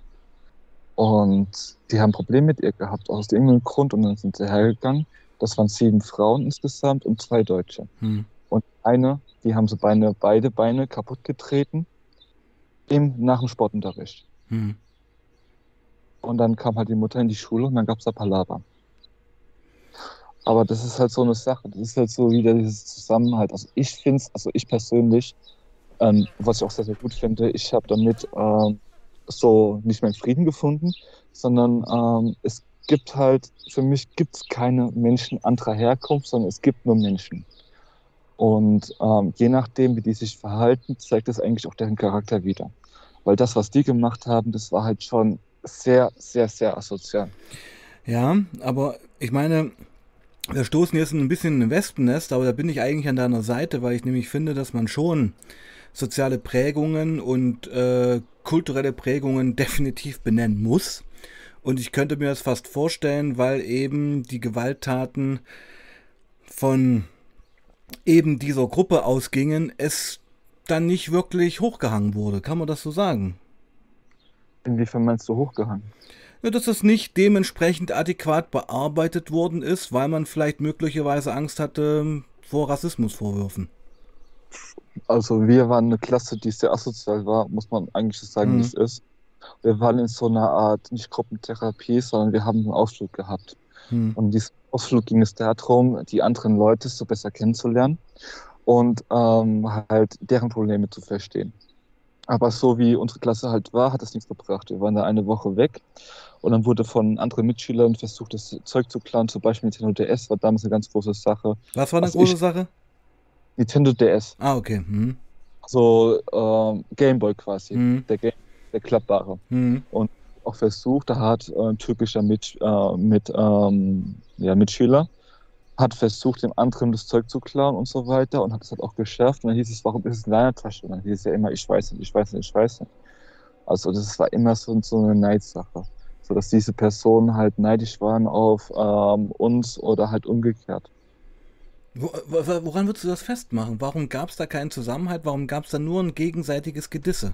Und die haben Probleme mit ihr gehabt, aus irgendeinem Grund. Und dann sind sie hergegangen. Das waren sieben Frauen insgesamt und zwei Deutsche. Mhm. Und eine, die haben so Beine, beide Beine kaputt getreten im, nach dem Sportunterricht. Mhm. Und dann kam halt die Mutter in die Schule und dann gab es da Palaver. Aber das ist halt so eine Sache. Das ist halt so wieder dieses Zusammenhalt. Also ich finde es, also ich persönlich, ähm, was ich auch sehr, sehr gut finde, ich habe damit ähm, so nicht mehr Frieden gefunden, sondern ähm, es gibt halt, für mich gibt es keine Menschen anderer Herkunft, sondern es gibt nur Menschen. Und ähm, je nachdem, wie die sich verhalten, zeigt das eigentlich auch deren Charakter wieder. Weil das, was die gemacht haben, das war halt schon sehr, sehr, sehr asozial. Ja, aber ich meine, wir stoßen jetzt ein bisschen in ein Wespennest, aber da bin ich eigentlich an deiner Seite, weil ich nämlich finde, dass man schon soziale Prägungen und äh, kulturelle Prägungen definitiv benennen muss. Und ich könnte mir das fast vorstellen, weil eben die Gewalttaten von eben dieser Gruppe ausgingen, es dann nicht wirklich hochgehangen wurde. Kann man das so sagen? Inwiefern meinst du hochgehangen? Ja, dass es nicht dementsprechend adäquat bearbeitet worden ist, weil man vielleicht möglicherweise Angst hatte vor Rassismusvorwürfen. Also wir waren eine Klasse, die sehr asozial war, muss man eigentlich so sagen, wie Mhm. es ist. Wir waren in so einer Art, nicht Gruppentherapie, sondern wir haben einen Ausflug gehabt. Mhm. Und in diesem Ausflug ging es darum, die anderen Leute so besser kennenzulernen und ähm, halt deren Probleme zu verstehen. Aber so wie unsere Klasse halt war, hat das nichts gebracht. Wir waren da eine Woche weg und dann wurde von anderen Mitschülern versucht, das Zeug zu klauen. Zum Beispiel Nintendo D S war damals eine ganz große Sache. Was war eine Also große ich, Sache? Nintendo D S, Ah, okay. Mhm. so ähm, Gameboy quasi, Mhm. der, Game, der klappbare. Mhm. Und auch versucht, da hat äh, ein türkischer Mit, äh, mit, ähm, ja, Mitschüler, hat versucht, dem anderen das Zeug zu klauen und so weiter und hat es halt auch geschafft. Und dann hieß es, warum ist es in deiner Tasche? Und dann hieß es ja immer, ich weiß nicht, ich weiß nicht, ich weiß nicht. Also das war immer so, so eine Neidsache. So dass diese Personen halt neidisch waren auf ähm, uns oder halt umgekehrt. Wo, wo- woran würdest du das festmachen? Warum gab es da keinen Zusammenhalt? Warum gab es da nur ein gegenseitiges Gedisse?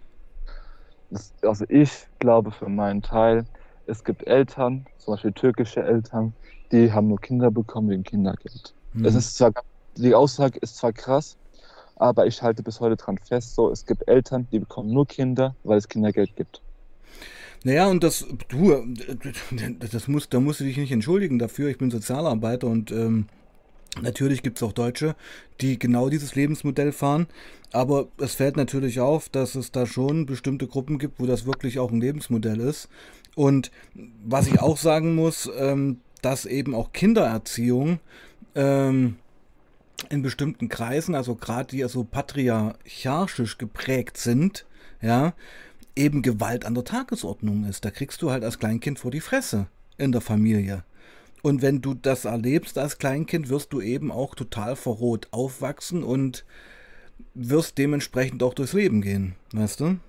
Das, also ich glaube für meinen Teil, es gibt Eltern, zum Beispiel türkische Eltern, die haben nur Kinder bekommen wegen Kindergeld. Es Mhm. ist zwar, die Aussage ist zwar krass, aber ich halte bis heute dran fest, so, es gibt Eltern, die bekommen nur Kinder, weil es Kindergeld gibt. Naja, und das, du, das muss, da musst du dich nicht entschuldigen dafür. Ich bin Sozialarbeiter und ähm, natürlich gibt es auch Deutsche, die genau dieses Lebensmodell fahren. Aber es fällt natürlich auf, dass es da schon bestimmte Gruppen gibt, wo das wirklich auch ein Lebensmodell ist. Und was ich auch sagen muss, ähm, dass eben auch Kindererziehung ähm, in bestimmten Kreisen, also gerade die also patriarchisch geprägt sind, ja, eben Gewalt an der Tagesordnung ist. Da kriegst du halt als Kleinkind vor die Fresse in der Familie. Und wenn du das erlebst als Kleinkind, wirst du eben auch total verroht aufwachsen und wirst dementsprechend auch durchs Leben gehen, weißt du?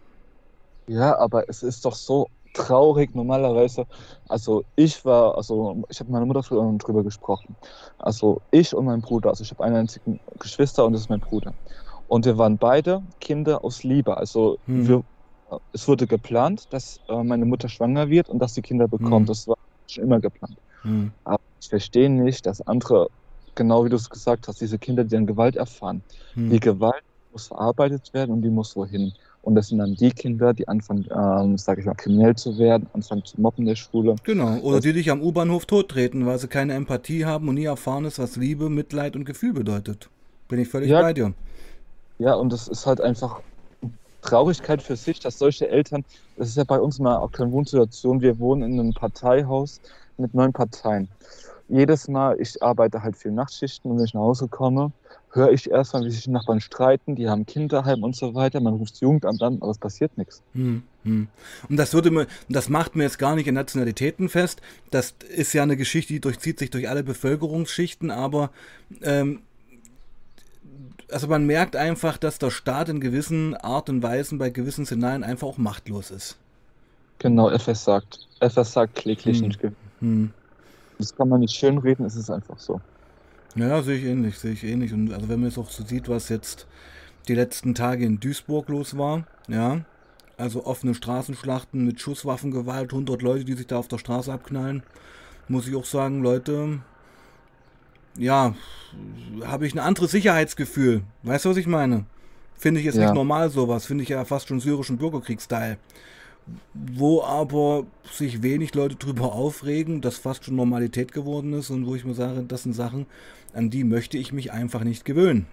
Ja, aber es ist doch so traurig normalerweise. Also ich war, also ich habe mit meiner Mutter früher drüber gesprochen. Also ich und mein Bruder, also ich habe einen einzigen Geschwister und das ist mein Bruder. Und wir waren beide Kinder aus Liebe. Also Hm, wir, es wurde geplant, dass äh, meine Mutter schwanger wird und dass sie Kinder bekommt. hm, Das war schon immer geplant. hm, Aber ich verstehe nicht, dass andere, genau wie du es gesagt hast, diese Kinder, die dann Gewalt erfahren. hm. Die Gewalt muss verarbeitet werden und die muss wohin. Und das sind dann die Kinder, die anfangen, ähm, sage ich mal, kriminell zu werden, anfangen zu mobben in der Schule. Genau. Oder Das, die dich am U-Bahnhof tottreten, weil sie keine Empathie haben und nie erfahren ist, was Liebe, Mitleid und Gefühl bedeutet. Bin ich völlig ja, bei dir. ja, und das ist halt einfach Traurigkeit für sich, dass solche Eltern, das ist ja bei uns in einer aktuellen Wohnsituation, wir wohnen in einem Parteihaus mit neun Parteien. Jedes Mal, ich arbeite halt viel Nachtschichten und wenn ich nach Hause komme, höre ich erstmal, wie sich die Nachbarn streiten, die haben Kinderheim und so weiter, man ruft das Jugendamt an, aber es passiert nichts. Hm, hm. Und das würde mir, das macht mir jetzt gar nicht in Nationalitäten fest. Das ist ja eine Geschichte, die durchzieht sich durch alle Bevölkerungsschichten, aber ähm, also man merkt einfach, dass der Staat in gewissen Art und Weisen bei gewissen Szenarien einfach auch machtlos ist. Genau, er versagt. Er versagt kläglich Hm, nicht. Ge- hm. Das kann man nicht schönreden, es ist einfach so. Ja, sehe ich ähnlich, sehe ich ähnlich. Und also wenn man jetzt auch so sieht, was jetzt die letzten Tage in Duisburg los war, ja, also offene Straßenschlachten mit Schusswaffengewalt, hundert Leute, die sich da auf der Straße abknallen, muss ich auch sagen, Leute, ja, habe ich ein anderes Sicherheitsgefühl. Weißt du, was ich meine? Finde ich jetzt nicht Ja, normal sowas, finde ich ja fast schon syrischen Bürgerkriegstyle. Wo aber sich wenig Leute drüber aufregen, das fast schon Normalität geworden ist und wo ich mir sage, das sind Sachen, an die möchte ich mich einfach nicht gewöhnen.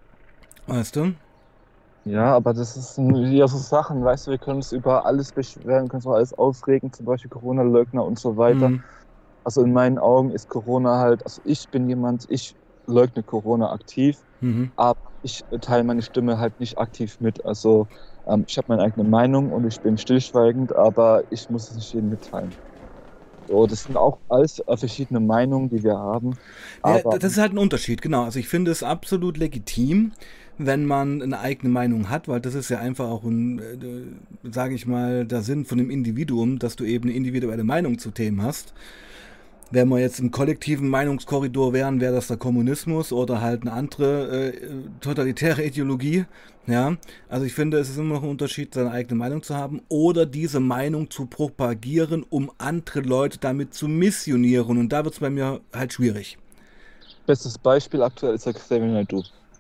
Weißt du? ja, aber das ist ein- ja so Sachen, weißt du, wir können uns über alles beschweren, können uns über alles aufregen, zum Beispiel Corona-Leugner und so weiter. Hm, Also in meinen Augen ist Corona halt, also ich bin jemand, ich leugne Corona aktiv, mhm. aber ich teile meine Stimme halt nicht aktiv mit. Also ähm, ich habe meine eigene Meinung und ich bin stillschweigend, aber ich muss es nicht jedem mitteilen. So, das sind auch alles äh, verschiedene Meinungen, die wir haben, Ja, aber das ist halt ein Unterschied, genau. Also ich finde es absolut legitim, wenn man eine eigene Meinung hat, weil das ist ja einfach auch ein, äh, sage ich mal, der Sinn von dem Individuum, dass du eben eine individuelle Meinung zu Themen hast. Wenn wir jetzt im kollektiven Meinungskorridor wären, wäre das der Kommunismus oder halt eine andere äh, totalitäre Ideologie. Ja, also ich finde, es ist immer noch ein Unterschied, seine eigene Meinung zu haben oder diese Meinung zu propagieren, um andere Leute damit zu missionieren. Und da wird es bei mir halt schwierig. bestes Beispiel aktuell ist der Xavier Naidoo.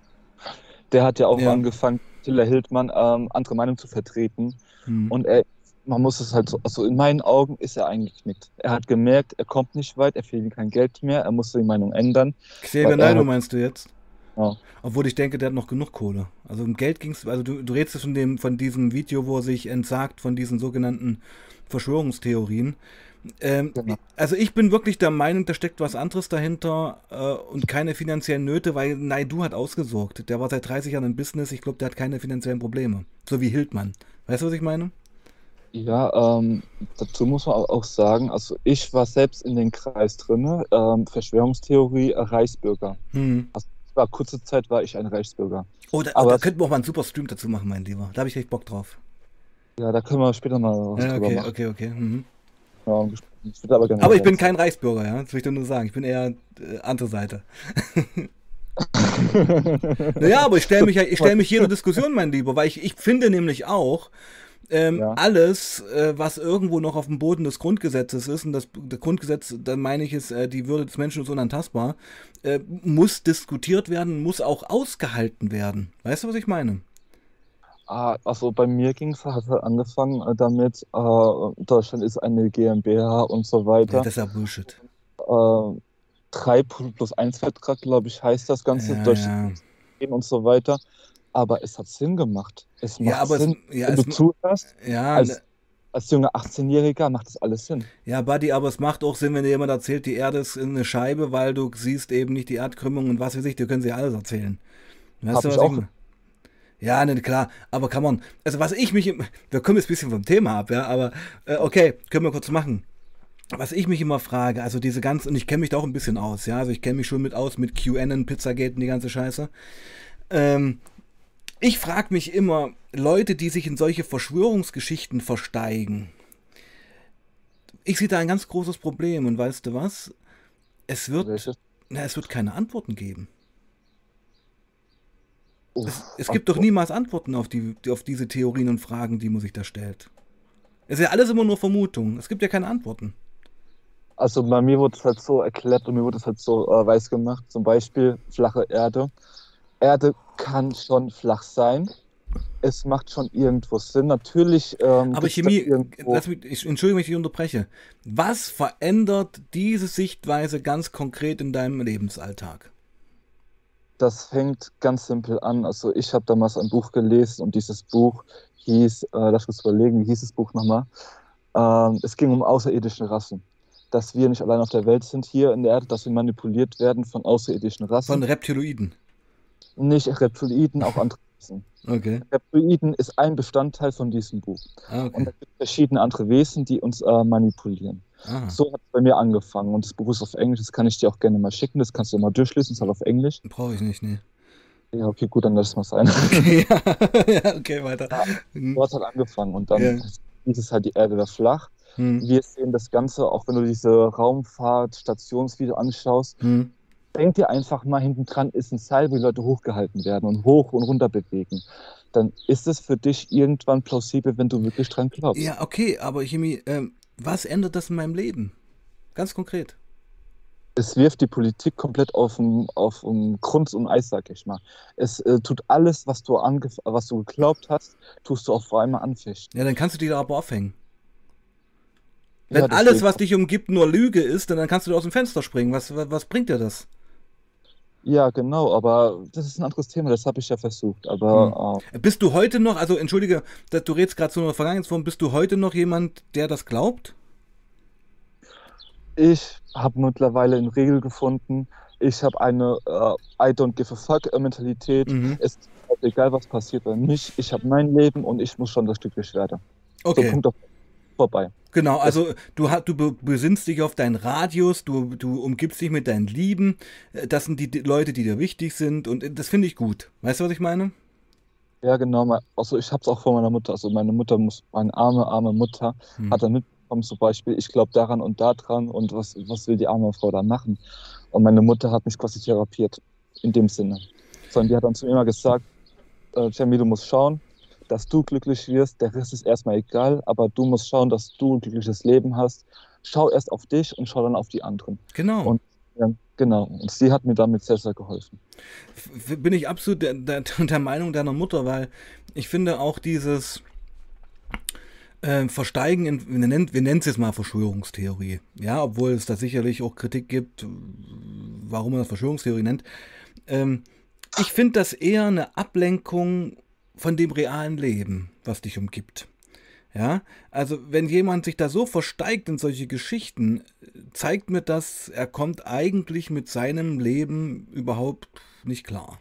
Der hat ja auch Ja. angefangen, Attila Hildmann ähm, andere Meinung zu vertreten. Hm. Und er, man muss es halt so, also in meinen Augen ist er eingeknickt. Er hat gemerkt, er kommt nicht weit, er verdient kein Geld mehr, er musste die Meinung ändern, weil Xavier er Naidoo halt, meinst du jetzt? ja, Obwohl ich denke, der hat noch genug Kohle. Also um Geld ging es, also du, du redest von dem, von diesem Video, wo er sich entsagt von diesen sogenannten Verschwörungstheorien. Ähm, genau. also ich bin wirklich der Meinung, da steckt was anderes dahinter äh, und keine finanziellen Nöte, weil Naidu hat ausgesorgt. Der war seit dreißig Jahren im Business, ich glaube, der hat keine finanziellen Probleme. So wie Hildmann. Weißt du, was ich meine? Ja, ähm, dazu muss man au- auch sagen, also ich war selbst in den Kreis drinne, ähm, Verschwörungstheorie, äh, Reichsbürger. Hm. Also ich war, kurze Zeit war ich ein Reichsbürger. Oh, da, oh, Aber da das, könnten wir auch mal einen super Stream dazu machen, mein Lieber. Da habe ich echt Bock drauf. ja, da können wir später mal was Ja, drüber okay, machen. okay, okay. Mhm. Ja, ich würde aber gerne Aber was ich bin erzählen. kein Reichsbürger, ja. Das will ich doch nur sagen. Ich bin eher äh, andere Seite. Naja, aber ich stelle mich, ja- ich stell mich jeder Diskussion, mein Lieber, weil ich, ich finde nämlich auch, ähm, Ja. alles, äh, was irgendwo noch auf dem Boden des Grundgesetzes ist, und das, das Grundgesetz, dann meine ich, ist, äh, die Würde des Menschen ist unantastbar, äh, muss diskutiert werden, muss auch ausgehalten werden. Weißt du, was ich meine? Ah, also bei mir ging es hat halt angefangen äh, damit, äh, Deutschland ist eine GmbH und so Ja, weiter. das ist ja Bullshit. Äh, drei plus eins Vertrag, glaube ich, heißt das Ganze, Ja, Deutschland ja. und so weiter. Aber es hat Sinn gemacht. Es Ja, macht aber es, Sinn. ja, Wenn es, du zuhörst, ja, ne- als, als junger achtzehn-Jähriger macht das alles Sinn. ja, Buddy, aber es macht auch Sinn, wenn dir jemand erzählt, die Erde ist eine Scheibe, weil du siehst eben nicht die Erdkrümmung und was weiß ich, dir können sie alles erzählen. Weißt du, Habe ich was ich auch. meine? Ja, ne, klar, aber kann man, also was ich mich, im- wir kommen jetzt ein bisschen vom Thema ab, ja, aber äh, okay, können wir kurz machen. Was ich mich immer frage, also diese ganzen, und ich kenne mich da auch ein bisschen aus, ja, also ich kenne mich schon mit aus, mit QAnon, Pizzagate und die ganze Scheiße. Ähm, ich frage mich immer, Leute, die sich in solche Verschwörungsgeschichten versteigen, ich sehe da ein ganz großes Problem und weißt du was? Es wird, Welches? na, es wird keine Antworten geben. Es, Uff, es gibt doch niemals Antworten auf, die, auf diese Theorien und Fragen, die man sich da stellt. Es ist ja alles immer nur Vermutung. Es gibt ja keine Antworten. also bei mir wurde es halt so erklärt und mir wurde es halt so äh, weiß gemacht. Zum Beispiel flache Erde. Erde kann schon flach sein. Es macht schon irgendwo Sinn. Natürlich ähm, Aber gibt es da Chemie, irgendwo. lass mich, ich, entschuldige mich, ich unterbreche. Was verändert diese Sichtweise ganz konkret in deinem Lebensalltag? Das fängt ganz simpel an. Also ich habe damals ein Buch gelesen und dieses Buch hieß, äh, lass uns überlegen, wie hieß das Buch nochmal? Ähm, es ging um außerirdische Rassen. Dass wir nicht allein auf der Welt sind hier in der Erde, dass wir manipuliert werden von außerirdischen Von Rassen. Reptiloiden. Nicht Reptiloiden, auch andere Rassen. Okay. Reptiloiden ist ein Bestandteil von diesem Buch. Ah, Und okay. da gibt es verschiedene andere Wesen, die uns äh, manipulieren. Aha. So hat es bei mir angefangen. Und das Buch ist auf Englisch, das kann ich dir auch gerne mal schicken. Das kannst du mal durchlesen, es ist halt auf Englisch. Brauche ich nicht, nee. Ja, okay, gut, dann lass es mal sein. Okay, ja. Ja, okay, weiter. Ja, Hm. so hat es halt angefangen. Und dann Ja. hieß es halt, die Erde wäre flach. Hm. Wir sehen das Ganze, auch wenn du diese Raumfahrt-Stationsvideo anschaust, Hm. denk dir einfach mal, hinten dran ist ein Seil, wo die Leute hochgehalten werden und hoch und runter bewegen. Dann ist es für dich irgendwann plausibel, wenn du wirklich dran glaubst. Ja, okay, aber Chemie, ähm, was ändert das in meinem Leben? Ganz konkret. Es wirft die Politik komplett auf den, auf den Grund und Eis, sag ich mal. Es äh, tut alles, was du, angef was du geglaubt hast, tust du auf einmal anfechten. Ja, dann kannst du dich da aber aufhängen. Wenn Ja, alles, deswegen. was dich umgibt, nur Lüge ist, dann, dann kannst du da aus dem Fenster springen. Was, was, was bringt dir das? Ja, genau, aber das ist ein anderes Thema, das habe ich ja versucht. Hm. Aber Bist du heute noch, also entschuldige, dass du redest gerade so einer Vergangenheitsform, bist du heute noch jemand, der das glaubt? äh, ich habe mittlerweile eine Regel gefunden. Ich habe eine äh, I don't give a fuck äh, Mentalität. Mhm. Es ist auch egal, was passiert bei mich. Ich habe mein Leben und ich muss schon, dass ich glücklich werde. So, Okay. Punkt auf, vorbei. Genau, Das, also du, ha- du be- besinnst dich auf deinen Radius, du, du umgibst dich mit deinen Lieben, äh, das sind die, die Leute, die dir wichtig sind und äh, das finde ich gut. Weißt du, was ich meine? ja, genau. mein- Also ich habe es auch von meiner Mutter. Also meine Mutter muss, meine arme, arme Mutter Hm. hat dann mitbekommen, zum Beispiel, ich glaube daran und daran und was, was will die arme Frau da machen? Und meine Mutter hat mich quasi therapiert, in dem Sinne. Sondern die hat dann zu mir immer gesagt, äh, Jamie, du musst schauen, dass du glücklich wirst. Der Rest ist erstmal egal, aber du musst schauen, dass du ein glückliches Leben hast. Schau erst auf dich und schau dann auf die anderen. Genau. Und ja, genau. Und sie hat mir damit sehr, sehr geholfen. F- Bin ich absolut der, der, der Meinung deiner Mutter, weil ich finde auch dieses äh, Versteigen, in, wir nennen wir nennen es jetzt mal Verschwörungstheorie, ja, obwohl es da sicherlich auch Kritik gibt, warum man das Verschwörungstheorie nennt. Ähm, ich finde das eher eine Ablenkung von dem realen Leben, was dich umgibt. Ja, also wenn jemand sich da so versteigt in solche Geschichten, zeigt mir das, er kommt eigentlich mit seinem Leben überhaupt nicht klar.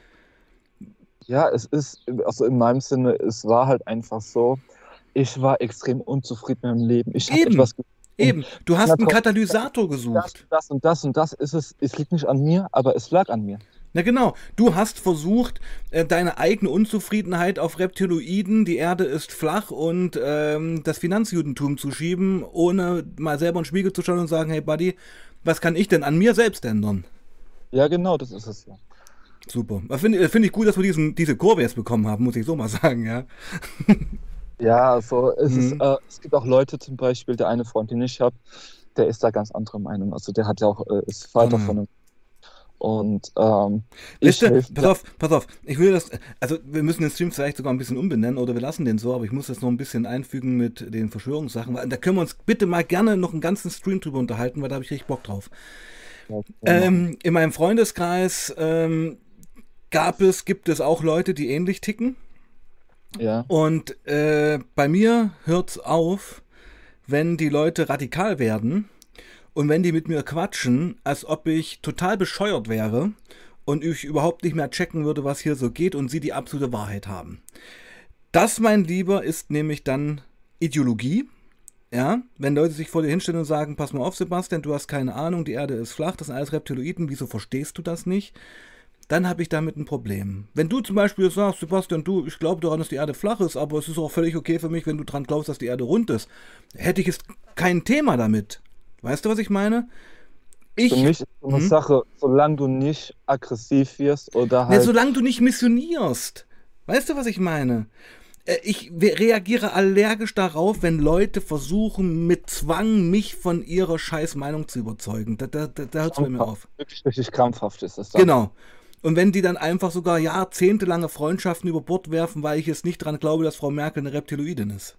Ja, es ist, also in meinem Sinne, es war halt einfach so, ich war extrem unzufrieden mit meinem Leben. Ich habe Eben, etwas gefunden. eben. Du hast Na einen komm, Katalysator das, gesucht. das und das und das ist es. Es liegt nicht an mir, aber es lag an mir. Na genau, du hast versucht, äh, deine eigene Unzufriedenheit auf Reptiloiden, die Erde ist flach und ähm, das Finanzjudentum zu schieben, ohne mal selber in den Spiegel zu schauen und sagen, hey Buddy, was kann ich denn an mir selbst ändern? Ja, genau, das ist es ja. Super. Finde find ich gut, dass wir diesen, diese Kurve jetzt bekommen haben, muss ich so mal sagen, ja. Ja, also es ist, Mhm. äh, es gibt auch Leute, zum Beispiel, der eine Freund, den ich habe, der ist da ganz anderer Meinung. Also der hat ja auch, äh, ist Vater Ah. von einem. Und ähm, Weißt ich du, helfe. pass auf, pass auf, ich will das, also wir müssen den Stream vielleicht sogar ein bisschen umbenennen oder wir lassen den so, aber ich muss das noch ein bisschen einfügen mit den Verschwörungssachen, weil da können wir uns bitte mal gerne noch einen ganzen Stream drüber unterhalten, weil da habe ich richtig Bock drauf. Ähm, in meinem Freundeskreis ähm, gab es, gibt es auch Leute, die ähnlich ticken Ja, und äh, bei mir hört's auf, wenn die Leute radikal werden und wenn die mit mir quatschen, als ob ich total bescheuert wäre und ich überhaupt nicht mehr checken würde, was hier so geht und sie die absolute Wahrheit haben. Das, mein Lieber, ist nämlich dann Ideologie. Ja, wenn Leute sich vor dir hinstellen und sagen, pass mal auf, Sebastian, du hast keine Ahnung, die Erde ist flach, das sind alles Reptiloiden, wieso verstehst du das nicht? Dann habe ich damit ein Problem. Wenn du zum Beispiel sagst, Sebastian, du, ich glaube daran, dass die Erde flach ist, aber es ist auch völlig okay für mich, wenn du dran glaubst, dass die Erde rund ist, hätte ich jetzt kein Thema damit. Weißt du, was ich meine? Für Ich, mich ist so eine hm? Sache, solange du nicht aggressiv wirst oder Ne, halt, solange du nicht missionierst. Weißt du, was ich meine? Äh, Ich we- reagiere allergisch darauf, wenn Leute versuchen, mit Zwang mich von ihrer scheiß Meinung zu überzeugen. Da, da, da, da hört es bei mir krampfhaft, auf. wirklich richtig krampfhaft ist es dann. Genau. Und wenn die dann einfach sogar jahrzehntelange Freundschaften über Bord werfen, weil ich jetzt nicht dran glaube, dass Frau Merkel eine Reptiloidin ist.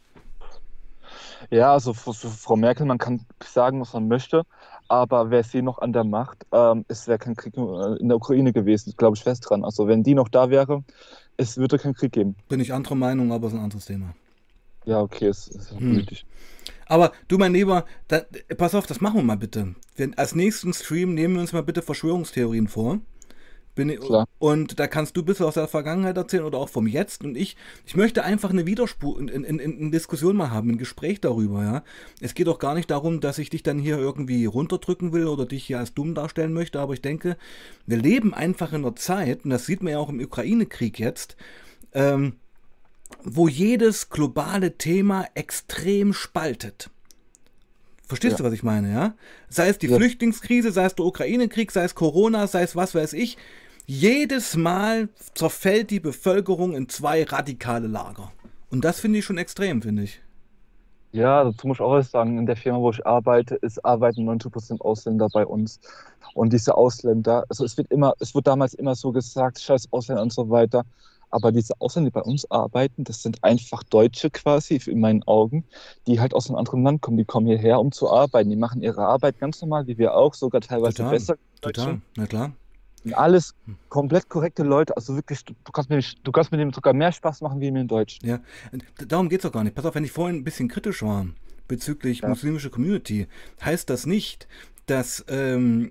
Ja, also für, für Frau Merkel, man kann sagen, was man möchte, aber wäre sie noch an der Macht, ähm, es wäre kein Krieg äh, in der Ukraine gewesen, glaube ich fest dran. Also wenn die noch da wäre, es würde keinen Krieg geben. Bin ich anderer Meinung, aber ist ein anderes Thema. Ja, okay, es es ist ja Hm. politisch. Aber du, mein Lieber, da, pass auf, das machen wir mal bitte. Wir, als nächsten Stream nehmen wir uns mal bitte Verschwörungstheorien vor. Bin ich, Klar. und da kannst du ein bisschen aus der Vergangenheit erzählen oder auch vom Jetzt. Und ich, ich möchte einfach eine Widerspruch, in, in, in, in Diskussion mal haben, ein Gespräch darüber, ja. Es geht auch gar nicht darum, dass ich dich dann hier irgendwie runterdrücken will oder dich hier als dumm darstellen möchte, aber ich denke, wir leben einfach in einer Zeit, und das sieht man ja auch im Ukraine-Krieg jetzt, ähm, wo jedes globale Thema extrem spaltet. Verstehst Ja. du, was ich meine, ja? Sei es die Ja. Flüchtlingskrise, sei es der Ukraine-Krieg, sei es Corona, sei es was weiß ich. Jedes Mal zerfällt die Bevölkerung in zwei radikale Lager. Und das finde ich schon extrem, finde ich. Ja, dazu muss ich auch was sagen, in der Firma, wo ich arbeite, ist, arbeiten neunzig Prozent Ausländer bei uns. Und diese Ausländer, also es wird immer, es wird damals immer so gesagt, scheiß Ausländer und so weiter. Aber diese Ausländer, die bei uns arbeiten, das sind einfach Deutsche quasi, in meinen Augen, die halt aus einem anderen Land kommen. Die kommen hierher, um zu arbeiten. Die machen ihre Arbeit ganz normal, wie wir auch, sogar teilweise Total, besser als Deutsche. total, na klar. Und alles komplett korrekte Leute. Also wirklich, du, du kannst mit, du kannst mit dem sogar mehr Spaß machen wie mit den Deutschen. Ja, darum geht es auch gar nicht. Pass auf, wenn ich vorhin ein bisschen kritisch war bezüglich Ja. muslimische Community, heißt das nicht, dass ähm,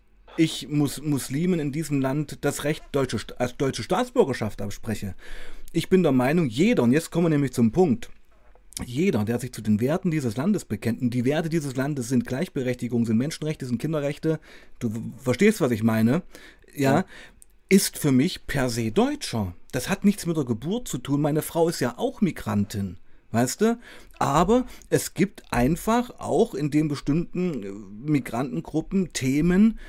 ich Mus Muslimen in diesem Land das Recht deutsche, als deutsche Staatsbürgerschaft abspreche. Ich bin der Meinung, jeder, und jetzt kommen wir nämlich zum Punkt, jeder, der sich zu den Werten dieses Landes bekennt, und die Werte dieses Landes sind Gleichberechtigung, sind Menschenrechte, sind Kinderrechte, du verstehst, was ich meine, Ja. ja, ist für mich per se Deutscher. Das hat nichts mit der Geburt zu tun. Meine Frau ist ja auch Migrantin, weißt du? Aber es gibt einfach auch in den bestimmten äh, Migrantengruppen Themen,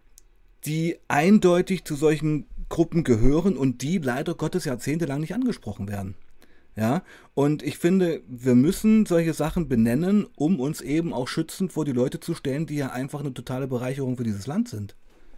die eindeutig zu solchen Gruppen gehören und die leider Gottes jahrzehntelang nicht angesprochen werden. Ja, und ich finde, wir müssen solche Sachen benennen, um uns eben auch schützend vor die Leute zu stellen, die ja einfach eine totale Bereicherung für dieses Land sind.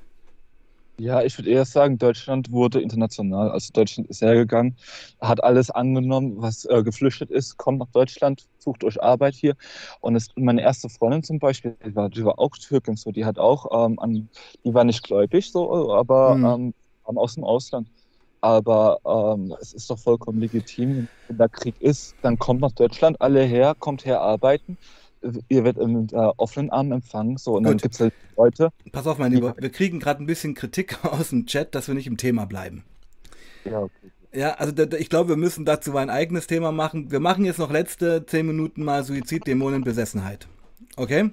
Ja, ich würde eher sagen, Deutschland wurde international. Also Deutschland ist hergegangen, hat alles angenommen, was äh, geflüchtet ist, kommt nach Deutschland, sucht euch Arbeit hier. Und es, meine erste Freundin zum Beispiel, die war, die war auch Türkin, so, die hat auch, ähm, an, die war nicht gläubig, so, aber Hm. ähm, kam aus dem Ausland. Aber ähm, es ist doch vollkommen legitim, wenn da Krieg ist, dann kommt nach Deutschland, alle her, kommt her arbeiten. Ihr werdet mit äh, offenen Armen empfangen, so, und dann Gut, gibt es halt Leute, pass auf, mein die Lieber, halt, wir kriegen gerade ein bisschen Kritik aus dem Chat, dass wir nicht im Thema bleiben. ja, okay. Ja, also da, da- ich glaube, wir müssen dazu ein eigenes Thema machen. Wir machen jetzt noch letzte zehn Minuten mal Suizid, Dämonen, Besessenheit. Okay?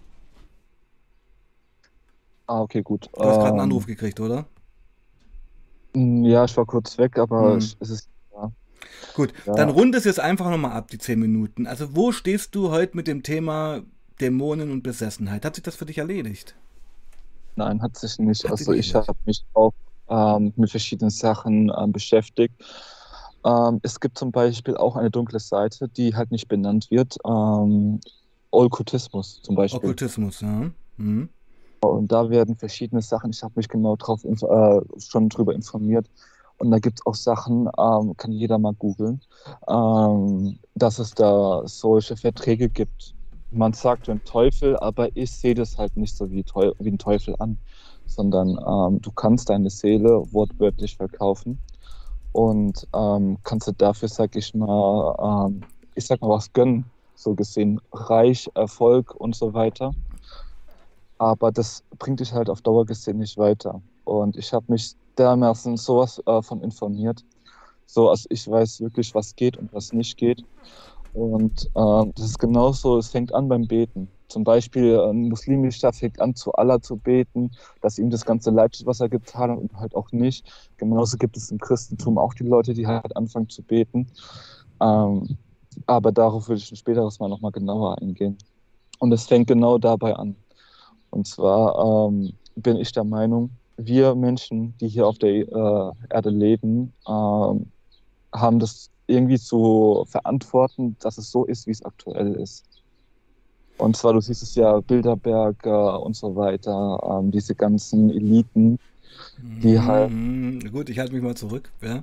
Ah, okay, gut. Du hast gerade einen Ähm, Anruf gekriegt, oder? ja, ich war kurz weg, aber Hm. ich, es ist, ja, Gut, dann ja, rund es jetzt einfach nochmal ab, die zehn Minuten. Also wo stehst du heute mit dem Thema Dämonen und Besessenheit? Hat sich das für dich erledigt? nein, hat sich nicht. Hat sich Also nicht ich erledigt. habe mich auch ähm, mit verschiedenen Sachen ähm, beschäftigt. Ähm, es gibt zum Beispiel auch eine dunkle Seite, die halt nicht benannt wird. Ähm, Okkultismus zum Beispiel. Okkultismus, ja. Hm. Und da werden verschiedene Sachen, ich habe mich genau drauf inf äh, schon drüber informiert. Und da gibt es auch Sachen, ähm, kann jeder mal googeln, ähm, dass es da solche Verträge gibt. Man sagt den Teufel, aber ich sehe das halt nicht so wie, Teu wie ein Teufel an, sondern ähm, du kannst deine Seele wortwörtlich verkaufen und ähm, kannst du dafür, sag ich mal, ähm, ich sag mal was gönnen, so gesehen, Reich, Erfolg und so weiter. Aber das bringt dich halt auf Dauer gesehen nicht weiter. Und ich habe mich dermaßen sowas äh, von informiert. So, also ich weiß wirklich, was geht und was nicht geht. Und ähm, das ist genauso, es fängt an beim Beten. Zum Beispiel ein Muslimischer fängt an, zu Allah zu beten, dass ihm das ganze Leid tut, was er getan hat und halt auch nicht. Genauso gibt es im Christentum auch die Leute, die halt anfangen zu beten. Ähm, aber darauf würde ich ein späteres Mal nochmal genauer eingehen. Und es fängt genau dabei an. Und zwar ähm, bin ich der Meinung, wir Menschen, die hier auf der äh, Erde leben, ähm, haben das irgendwie zu verantworten, dass es so ist, wie es aktuell ist. Und zwar, du siehst es ja, Bilderberg äh, und so weiter, ähm, diese ganzen Eliten, die halt, Mhm, mhm. Gut, ich halte mich mal zurück. Ja.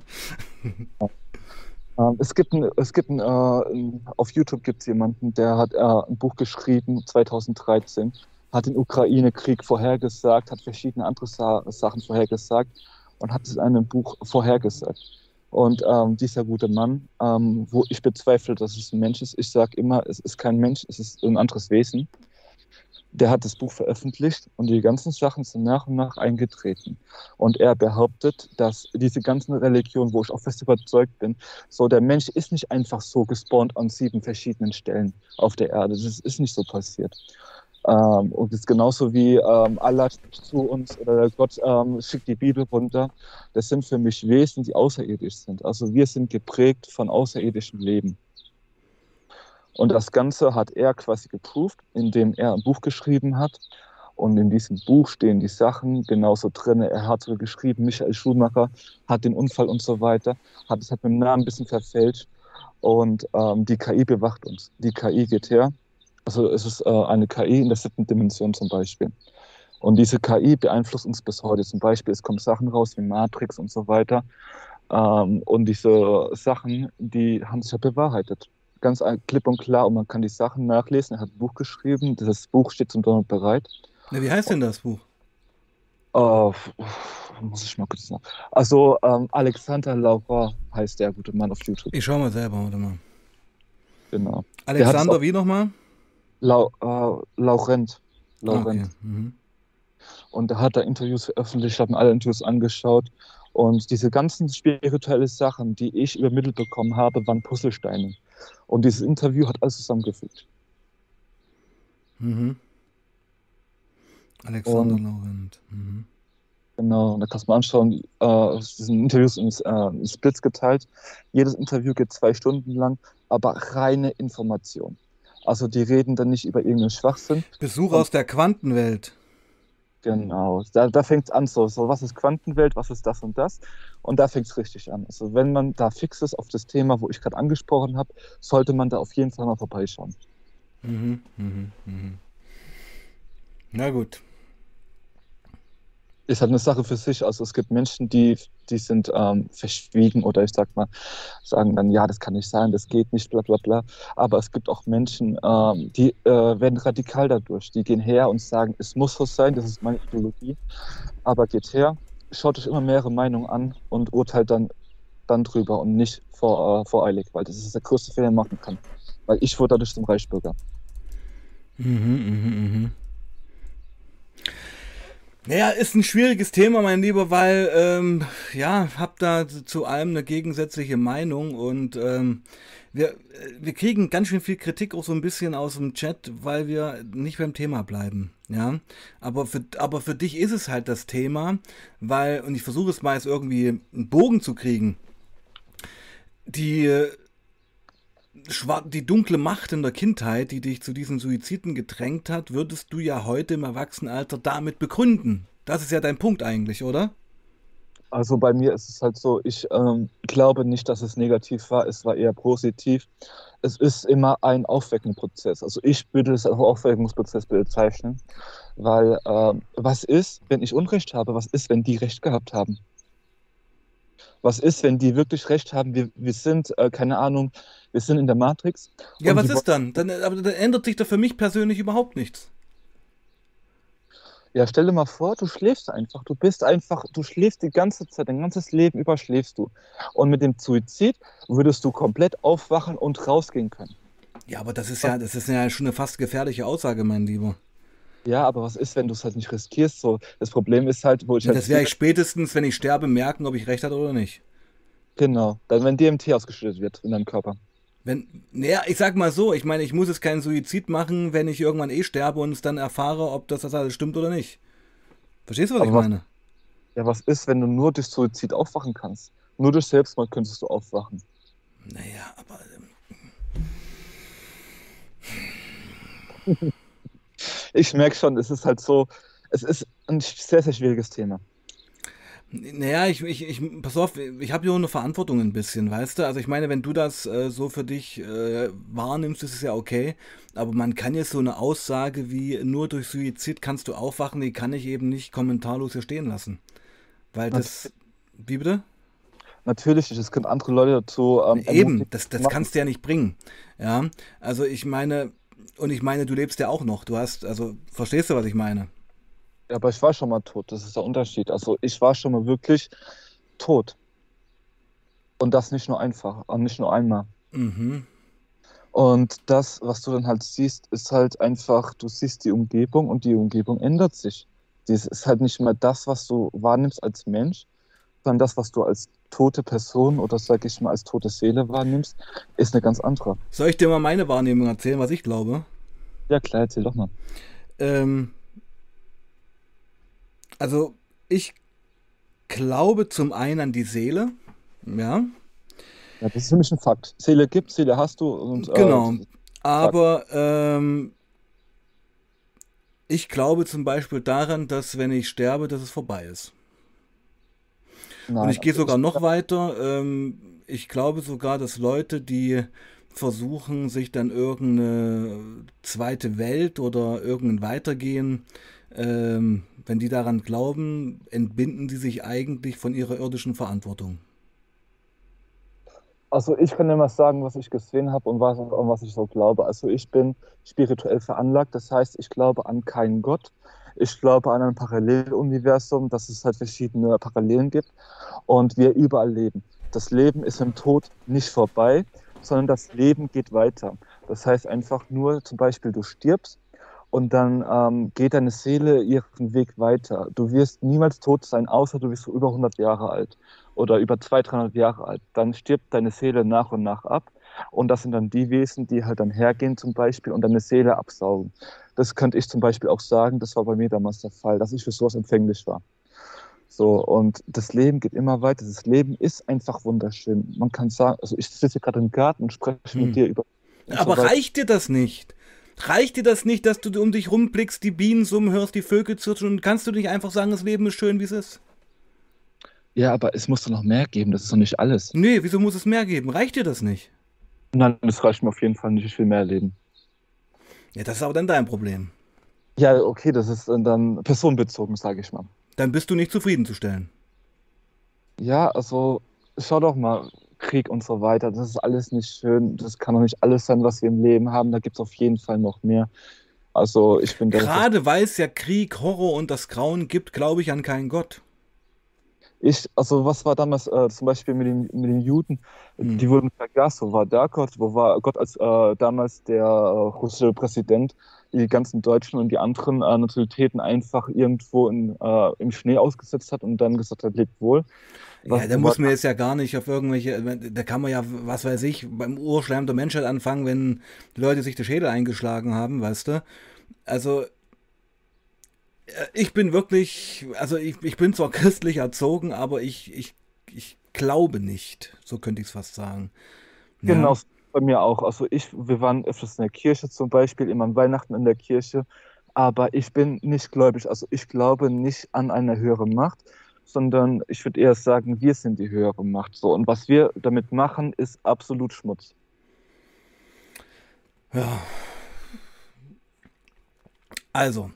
ähm, es gibt ein, es gibt ein, äh, ein, auf YouTube gibt es jemanden, der hat äh, ein Buch geschrieben, zwanzig dreizehn, hat den Ukraine-Krieg vorhergesagt, hat verschiedene andere Sa Sachen vorhergesagt und hat es in einem Buch vorhergesagt. Und ähm, dieser gute Mann, ähm, wo ich bezweifle, dass es ein Mensch ist, ich sage immer, es ist kein Mensch, es ist ein anderes Wesen. Der hat das Buch veröffentlicht und die ganzen Sachen sind nach und nach eingetreten. Und er behauptet, dass diese ganzen Religionen, wo ich auch fest überzeugt bin, so der Mensch ist nicht einfach so gespawnt an sieben verschiedenen Stellen auf der Erde. Das ist nicht so passiert. Ähm, und es ist genauso wie ähm, Allah spricht zu uns oder Gott ähm, schickt die Bibel runter. Das sind für mich Wesen, die außerirdisch sind. Also wir sind geprägt von außerirdischem Leben. Und das Ganze hat er quasi geproved, indem er ein Buch geschrieben hat. Und in diesem Buch stehen die Sachen genauso drin. Er hat so geschrieben, Michael Schumacher hat den Unfall und so weiter, hat es halt mit dem Namen ein bisschen verfälscht. Und ähm, die K I bewacht uns. Die K I geht her. Also es ist äh, eine K I in der siebten Dimension zum Beispiel. Und diese K I beeinflusst uns bis heute. Zum Beispiel, es kommen Sachen raus wie Matrix und so weiter. Ähm, und diese Sachen, die haben sich ja bewahrheitet. Ganz klipp und klar. Und man kann die Sachen nachlesen. Er hat ein Buch geschrieben. Das Buch steht zum Download bereit. Na, wie heißt denn das Buch? Äh, muss ich mal kurz nach. Also ähm, Alexander Laura heißt der gute Mann auf YouTube. Ich schau mal selber, warte mal. Genau. Der hat es Alexander, auch wie nochmal? Lau, äh, Laurent. Ah, okay. Laurent. Mhm. Und da hat er Interviews veröffentlicht, ich habe mir alle Interviews angeschaut. Und diese ganzen spirituellen Sachen, die ich übermittelt bekommen habe, waren Puzzlesteine. Und dieses Interview hat alles zusammengefügt. Mhm. Alexander Und Laurent. Mhm. genau, da kannst du mal anschauen, äh, es sind Interviews in, äh, in Splits geteilt. Jedes Interview geht zwei Stunden lang, aber reine Information. Also die reden dann nicht über irgendeinen Schwachsinn. Besuch Und aus der Quantenwelt. genau, da, da fängt es an, so, so, was ist Quantenwelt, was ist das und das? Und da fängt es richtig an. Also wenn man da fix ist auf das Thema, wo ich gerade angesprochen habe, sollte man da auf jeden Fall mal vorbeischauen. Mhm. Mhm. Mhm. Na gut. Ist halt eine Sache für sich. Also es gibt Menschen, die, die sind ähm, verschwiegen oder ich sag mal, sagen dann, ja, das kann nicht sein, das geht nicht, bla bla bla. Aber es gibt auch Menschen, ähm, die äh, werden radikal dadurch. Die gehen her und sagen, es muss so sein, das ist meine Ideologie. Aber geht her, schaut euch immer mehrere Meinungen an und urteilt dann, dann drüber und nicht vor, äh, voreilig, weil das ist der größte Fehler, den man machen kann. Weil ich wurde dadurch zum Reichsbürger. Mhm. Mhm. Mhm. Naja, ist ein schwieriges Thema, mein Lieber, weil, ähm, ja, hab da zu allem eine gegensätzliche Meinung und ähm, wir, wir kriegen ganz schön viel Kritik auch so ein bisschen aus dem Chat, weil wir nicht beim Thema bleiben, ja. Aber für, aber für dich ist es halt das Thema, weil, und ich versuche es mal jetzt irgendwie einen Bogen zu kriegen, die die dunkle Macht in der Kindheit, die dich zu diesen Suiziden gedrängt hat, würdest du ja heute im Erwachsenenalter damit begründen. Das ist ja dein Punkt eigentlich, oder? Also bei mir ist es halt so, ich ähm, glaube nicht, dass es negativ war, es war eher positiv. Es ist immer ein Aufweckungsprozess. Also ich würde es als Aufweckungsprozess bezeichnen, weil ähm, was ist, wenn ich Unrecht habe? Was ist, wenn die Recht gehabt haben? Was ist, wenn die wirklich Recht haben? Wir, wir sind, äh, keine Ahnung, wir sind in der Matrix Ja, und was die wollen, ist dann? Dann, aber dann ändert sich da für mich persönlich überhaupt nichts. ja, stell dir mal vor, du schläfst einfach, du bist einfach, du schläfst die ganze Zeit, dein ganzes Leben über schläfst du. Und mit dem Suizid würdest du komplett aufwachen und rausgehen können. Ja, aber das ist Was, ja, das ist ja schon eine fast gefährliche Aussage, mein Lieber. ja, aber was ist, wenn du es halt nicht riskierst? So, das Problem ist halt, wo ich Ja, halt das werde sehe, ich spätestens, wenn ich sterbe, merken, ob ich recht hatte oder nicht. genau, dann wenn D M T ausgeschüttet wird in deinem Körper. Wenn, naja, ich sag mal so, ich meine, ich muss jetzt keinen Suizid machen, wenn ich irgendwann eh sterbe und es dann erfahre, ob das, das alles stimmt oder nicht. Verstehst du, was ich Aber was, meine? ja, was ist, wenn du nur durch Suizid aufwachen kannst? Nur durch Selbstmord könntest du aufwachen. Naja, aber ähm, Ich merke schon, es ist halt so, es ist ein sehr, sehr schwieriges Thema. Naja, ich, ich, ich, pass auf, ich habe ja auch eine Verantwortung ein bisschen, weißt du? Also ich meine, wenn du das äh, so für dich äh, wahrnimmst, ist es ja okay. Aber man kann jetzt so eine Aussage wie nur durch Suizid kannst du aufwachen, die kann ich eben nicht kommentarlos hier stehen lassen. Weil das, wie bitte? Natürlich nicht, es können andere Leute dazu ähm, Eben, ermutigen, das, zu das machen. kannst du ja nicht bringen. Ja, also ich meine, und ich meine, du lebst ja auch noch. Du hast, also, verstehst du, was ich meine? Ja, aber ich war schon mal tot, das ist der Unterschied. Also ich war schon mal wirklich tot. Und das nicht nur einfach, und nicht nur einmal. Mhm. Und das, was du dann halt siehst, ist halt einfach, du siehst die Umgebung und die Umgebung ändert sich. Das ist halt nicht mehr das, was du wahrnimmst als Mensch, sondern das, was du als tote Person oder sag ich mal als tote Seele wahrnimmst, ist eine ganz andere. Soll ich dir mal meine Wahrnehmung erzählen, was ich glaube? Ja klar, erzähl doch mal. Ähm, also, ich glaube zum einen an die Seele, ja, Ja, das ist für mich ein Fakt. Seele gibt, Seele hast du und äh, das genau. ist ein Fakt. Aber ähm, ich glaube zum Beispiel daran, dass wenn ich sterbe, dass es vorbei ist. Und Nein, ich gehe also ich, sogar noch weiter. Ähm, ich glaube sogar, dass Leute, die versuchen, sich dann irgendeine zweite Welt oder irgendein Weitergehen, ähm, wenn die daran glauben, entbinden sie sich eigentlich von ihrer irdischen Verantwortung. also ich kann dir mal sagen, was ich gesehen habe und was, und was ich so glaube. Also ich bin spirituell veranlagt, das heißt, ich glaube an keinen Gott. Ich glaube an ein Paralleluniversum, dass es halt verschiedene Parallelen gibt und wir überall leben. Das Leben ist im Tod nicht vorbei, sondern das Leben geht weiter. Das heißt einfach nur, zum Beispiel, du stirbst und dann ähm, geht deine Seele ihren Weg weiter. Du wirst niemals tot sein, außer du bist so über hundert Jahre alt oder über zweihundert, dreihundert Jahre alt. Dann stirbt deine Seele nach und nach ab. Und das sind dann die Wesen, die halt dann hergehen zum Beispiel und deine Seele absaugen. Das könnte ich zum Beispiel auch sagen, das war bei mir damals der Fall, dass ich für sowas empfänglich war. So, und das Leben geht immer weiter. Das Leben ist einfach wunderschön. Man kann sagen, also ich sitze hier gerade im Garten und spreche mit Hm. dir über und so Aber weiter. reicht dir das nicht? Reicht dir das nicht, dass du um dich rumblickst, die Bienen summen hörst, die Vögel zwitschern und kannst du nicht einfach sagen, das Leben ist schön, wie es ist? Ja, aber es muss doch noch mehr geben. Das ist doch nicht alles. Nee, wieso muss es mehr geben? Reicht dir das nicht? Nein, das reicht mir auf jeden Fall nicht. Ich will mehr leben. Ja, das ist aber dann dein Problem. Ja, okay, das ist äh, dann personenbezogen, sage ich mal. Dann bist du nicht zufriedenzustellen. Ja, also schau doch mal, Krieg und so weiter. Das ist alles nicht schön. Das kann doch nicht alles sein, was wir im Leben haben. Da gibt es auf jeden Fall noch mehr. Also ich bin der, Gerade weil es ja Krieg, Horror und das Grauen gibt, glaube ich an keinen Gott. ich, also was war damals äh, zum Beispiel mit den, mit den Juden? Hm. Die wurden vergast. Wo war der Gott? Wo war Gott als äh, damals der äh, russische Präsident, die ganzen Deutschen und die anderen äh, Nationalitäten einfach irgendwo in, äh, im Schnee ausgesetzt hat und dann gesagt hat, lebt wohl. Ja, Was, da wo war, muss man jetzt ja gar nicht auf irgendwelche, da kann man ja, was weiß ich, beim Urschleim der Menschheit anfangen, wenn die Leute sich die Schädel eingeschlagen haben, weißt du? Also, äh, ich bin wirklich, also ich, ich bin zwar christlich erzogen, aber ich, ich, ich glaube nicht, so könnte ich es fast sagen. Ja, genau, bei mir auch. Also ich, wir waren öfters in der Kirche zum Beispiel, immer an Weihnachten in der Kirche, aber ich bin nicht gläubig. Also ich glaube nicht an eine höhere Macht, sondern ich würde eher sagen, wir sind die höhere Macht. So, und was wir damit machen, ist absolut Schmutz. ja, also,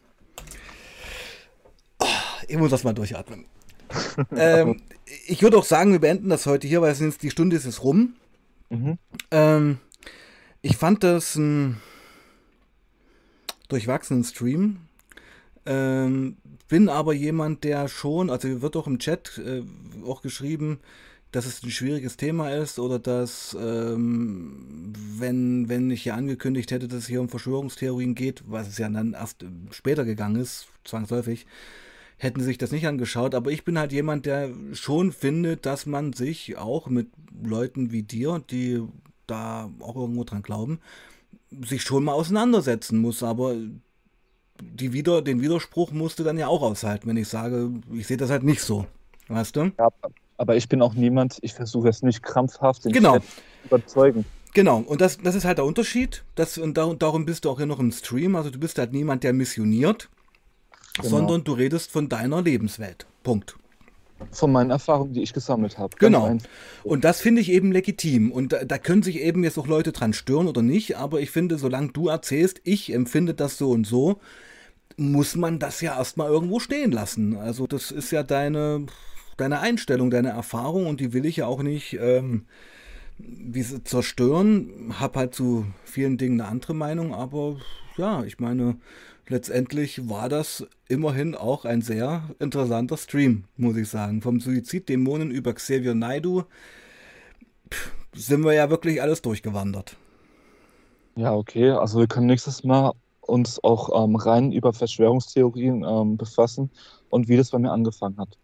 ich muss das mal durchatmen. Also, Ähm, ich würde auch sagen, wir beenden das heute hier, weil es ist, die Stunde ist jetzt rum. mhm, Ähm, ich fand das einen durchwachsenen Stream. Ähm, bin aber jemand, der schon, also wird auch im Chat äh, auch geschrieben, dass es ein schwieriges Thema ist oder dass, ähm, wenn, wenn ich hier angekündigt hätte, dass es hier um Verschwörungstheorien geht, was es ja dann erst äh, später gegangen ist, zwangsläufig, hätten sie sich das nicht angeschaut. Aber ich bin halt jemand, der schon findet, dass man sich auch mit Leuten wie dir, die da auch irgendwo dran glauben, sich schon mal auseinandersetzen muss. Aber die Wider den Widerspruch musst du dann ja auch aushalten, wenn ich sage, ich sehe das halt nicht so. Weißt du? ja, aber ich bin auch niemand, ich versuche es nicht krampfhaft, den Genau. Chat zu überzeugen. Genau, und das, das ist halt der Unterschied. Das, und da, darum bist du auch hier noch im Stream. Also du bist halt niemand, der missioniert, Genau. sondern du redest von deiner Lebenswelt. Punkt. Von meinen Erfahrungen, die ich gesammelt habe. Ganz Genau. einfach. Und das finde ich eben legitim. Und da, da können sich eben jetzt auch Leute dran stören oder nicht. Aber ich finde, solange du erzählst, ich empfinde das so und so, muss man das ja erstmal irgendwo stehen lassen. Also das ist ja deine, deine Einstellung, deine Erfahrung und die will ich ja auch nicht ähm, wie sie zerstören. Hab halt zu vielen Dingen eine andere Meinung, aber ja, ich meine, letztendlich war das immerhin auch ein sehr interessanter Stream, muss ich sagen. Vom Suiziddämonen über Xavier Naidoo pff, sind wir ja wirklich alles durchgewandert. Ja, okay. Also wir können nächstes Mal uns auch ähm, rein über Verschwörungstheorien ähm, befassen und wie das bei mir angefangen hat.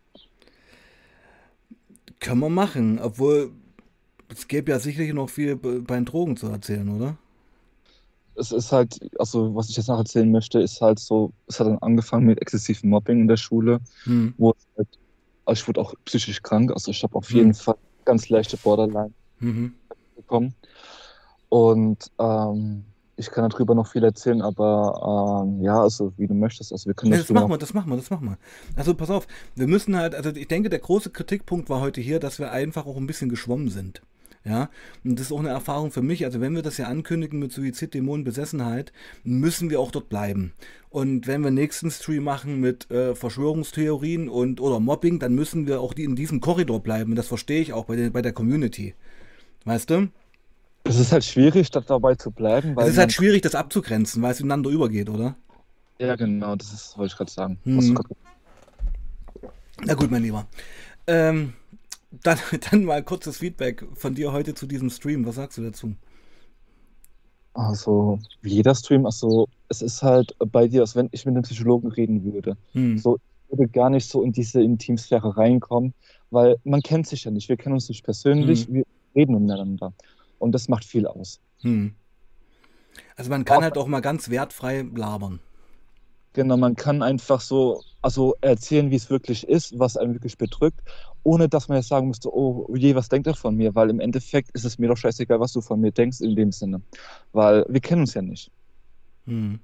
Können wir machen, obwohl es gäbe ja sicherlich noch viel be- bei den Drogen zu erzählen, oder? Es ist halt, also was ich jetzt noch erzählen möchte, ist halt so, es hat dann angefangen mit exzessivem Mobbing in der Schule, Hm. wo es halt, also ich wurde auch psychisch krank, also ich habe auf Hm. jeden Fall ganz leichte Borderline Mhm. bekommen. Und ähm, ich kann darüber noch viel erzählen, aber ähm, ja, also wie du möchtest, also wir können Ne, das darüber machen noch. wir, das machen wir, das machen wir. Also pass auf, wir müssen halt, also ich denke, der große Kritikpunkt war heute hier, dass wir einfach auch ein bisschen geschwommen sind. Ja, und das ist auch eine Erfahrung für mich. Also wenn wir das ja ankündigen mit Suizid, Dämonen, Besessenheit, müssen wir auch dort bleiben. Und wenn wir nächsten Stream machen mit äh, Verschwörungstheorien und oder Mobbing, dann müssen wir auch die in diesem Korridor bleiben. Und das verstehe ich auch bei, den, bei der Community. Weißt du? Es ist halt schwierig, da dabei zu bleiben, Es weil ist halt man, schwierig, das abzugrenzen, weil es ineinander übergeht, oder? ja genau, das ist, wollte ich gerade sagen. Was du Hm. grad, Na gut, mein Lieber. Ähm, dann, dann mal kurzes Feedback von dir heute zu diesem Stream. Was sagst du dazu? also wie jeder Stream, also es ist halt bei dir, als wenn ich mit einem Psychologen reden würde. Hm, So, ich würde gar nicht so in diese Intimsphäre reinkommen, weil man kennt sich ja nicht. Wir kennen uns nicht hm, persönlich, wir reden miteinander. Und das macht viel aus. hm. Also man kann Auch, halt auch mal ganz wertfrei labern. genau, man kann einfach so, also erzählen, wie es wirklich ist, was einen wirklich bedrückt, ohne dass man jetzt sagen müsste, oh je, was denkt er von mir? Weil im Endeffekt ist es mir doch scheißegal, was du von mir denkst in dem Sinne. Weil wir kennen uns ja nicht. Hm.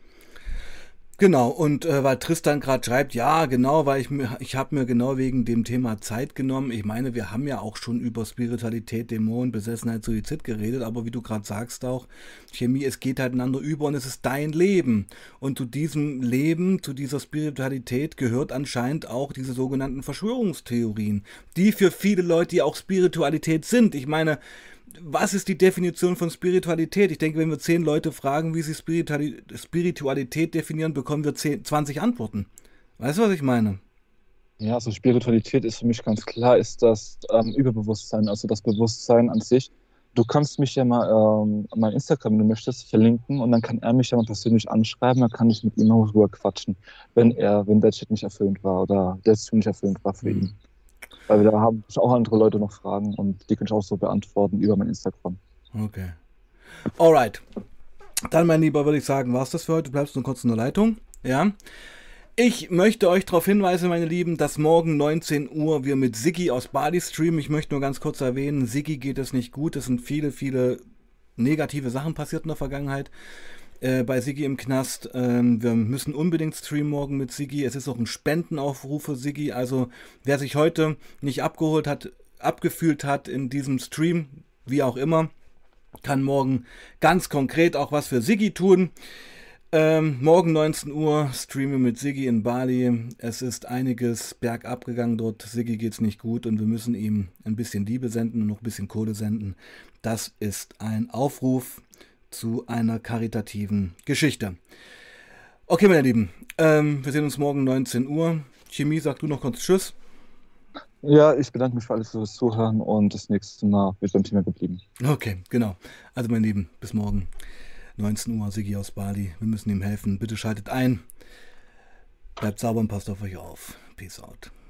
Genau, und äh, weil Tristan gerade schreibt, ja, genau, weil ich mir, ich habe mir genau wegen dem Thema Zeit genommen. Ich meine, wir haben ja auch schon über Spiritualität, Dämonen, Besessenheit, Suizid geredet, aber wie du gerade sagst auch, Chemie, es geht halt einander über und es ist dein Leben. Und zu diesem Leben, zu dieser Spiritualität gehört anscheinend auch diese sogenannten Verschwörungstheorien, die für viele Leute ja auch Spiritualität sind. Ich meine, was ist die Definition von Spiritualität? Ich denke, wenn wir zehn Leute fragen, wie sie Spirituali- Spiritualität definieren, bekommen wir zehn, zwanzig Antworten. Weißt du, was ich meine? Ja, also Spiritualität ist für mich ganz klar, ist das ähm, Überbewusstsein, also das Bewusstsein an sich. Du kannst mich ja mal ähm, mein Instagram, wenn du möchtest, verlinken und dann kann er mich ja mal persönlich anschreiben, dann kann ich mit ihm auch drüber quatschen, wenn er, wenn der Chat nicht erfüllend war oder der Stream nicht erfüllend war für Hm. ihn. Weil da haben auch andere Leute noch Fragen und die kann ich auch so beantworten über mein Instagram. Okay. Alright. Dann, mein Lieber, würde ich sagen, war's das für heute. Du bleibst nur kurz in der Leitung. Ja. Ich möchte euch darauf hinweisen, meine Lieben, dass morgen neunzehn Uhr wir mit Siggi aus Bali streamen. Ich möchte nur ganz kurz erwähnen, Siggi geht es nicht gut. Es sind viele, viele negative Sachen passiert in der Vergangenheit. Äh, bei Siggi im Knast. Ähm, wir müssen unbedingt streamen morgen mit Siggi. Es ist auch ein Spendenaufruf für Siggi. Also wer sich heute nicht abgeholt hat, abgefühlt hat in diesem Stream, wie auch immer, kann morgen ganz konkret auch was für Siggi tun. Ähm, morgen neunzehn Uhr streamen mit Siggi in Bali. Es ist einiges bergab gegangen dort. Siggi geht's nicht gut und wir müssen ihm ein bisschen Liebe senden und noch ein bisschen Kohle senden. Das ist ein Aufruf zu einer karitativen Geschichte. Okay, meine Lieben, ähm, wir sehen uns morgen neunzehn Uhr. Chemie, sag du noch kurz Tschüss. Ja, ich bedanke mich für alles fürs Zuhören und das nächste Mal wird beim Thema geblieben. Okay, genau. Also, meine Lieben, bis morgen. neunzehn Uhr, Siggi aus Bali. Wir müssen ihm helfen. Bitte schaltet ein. Bleibt sauber und passt auf euch auf. Peace out.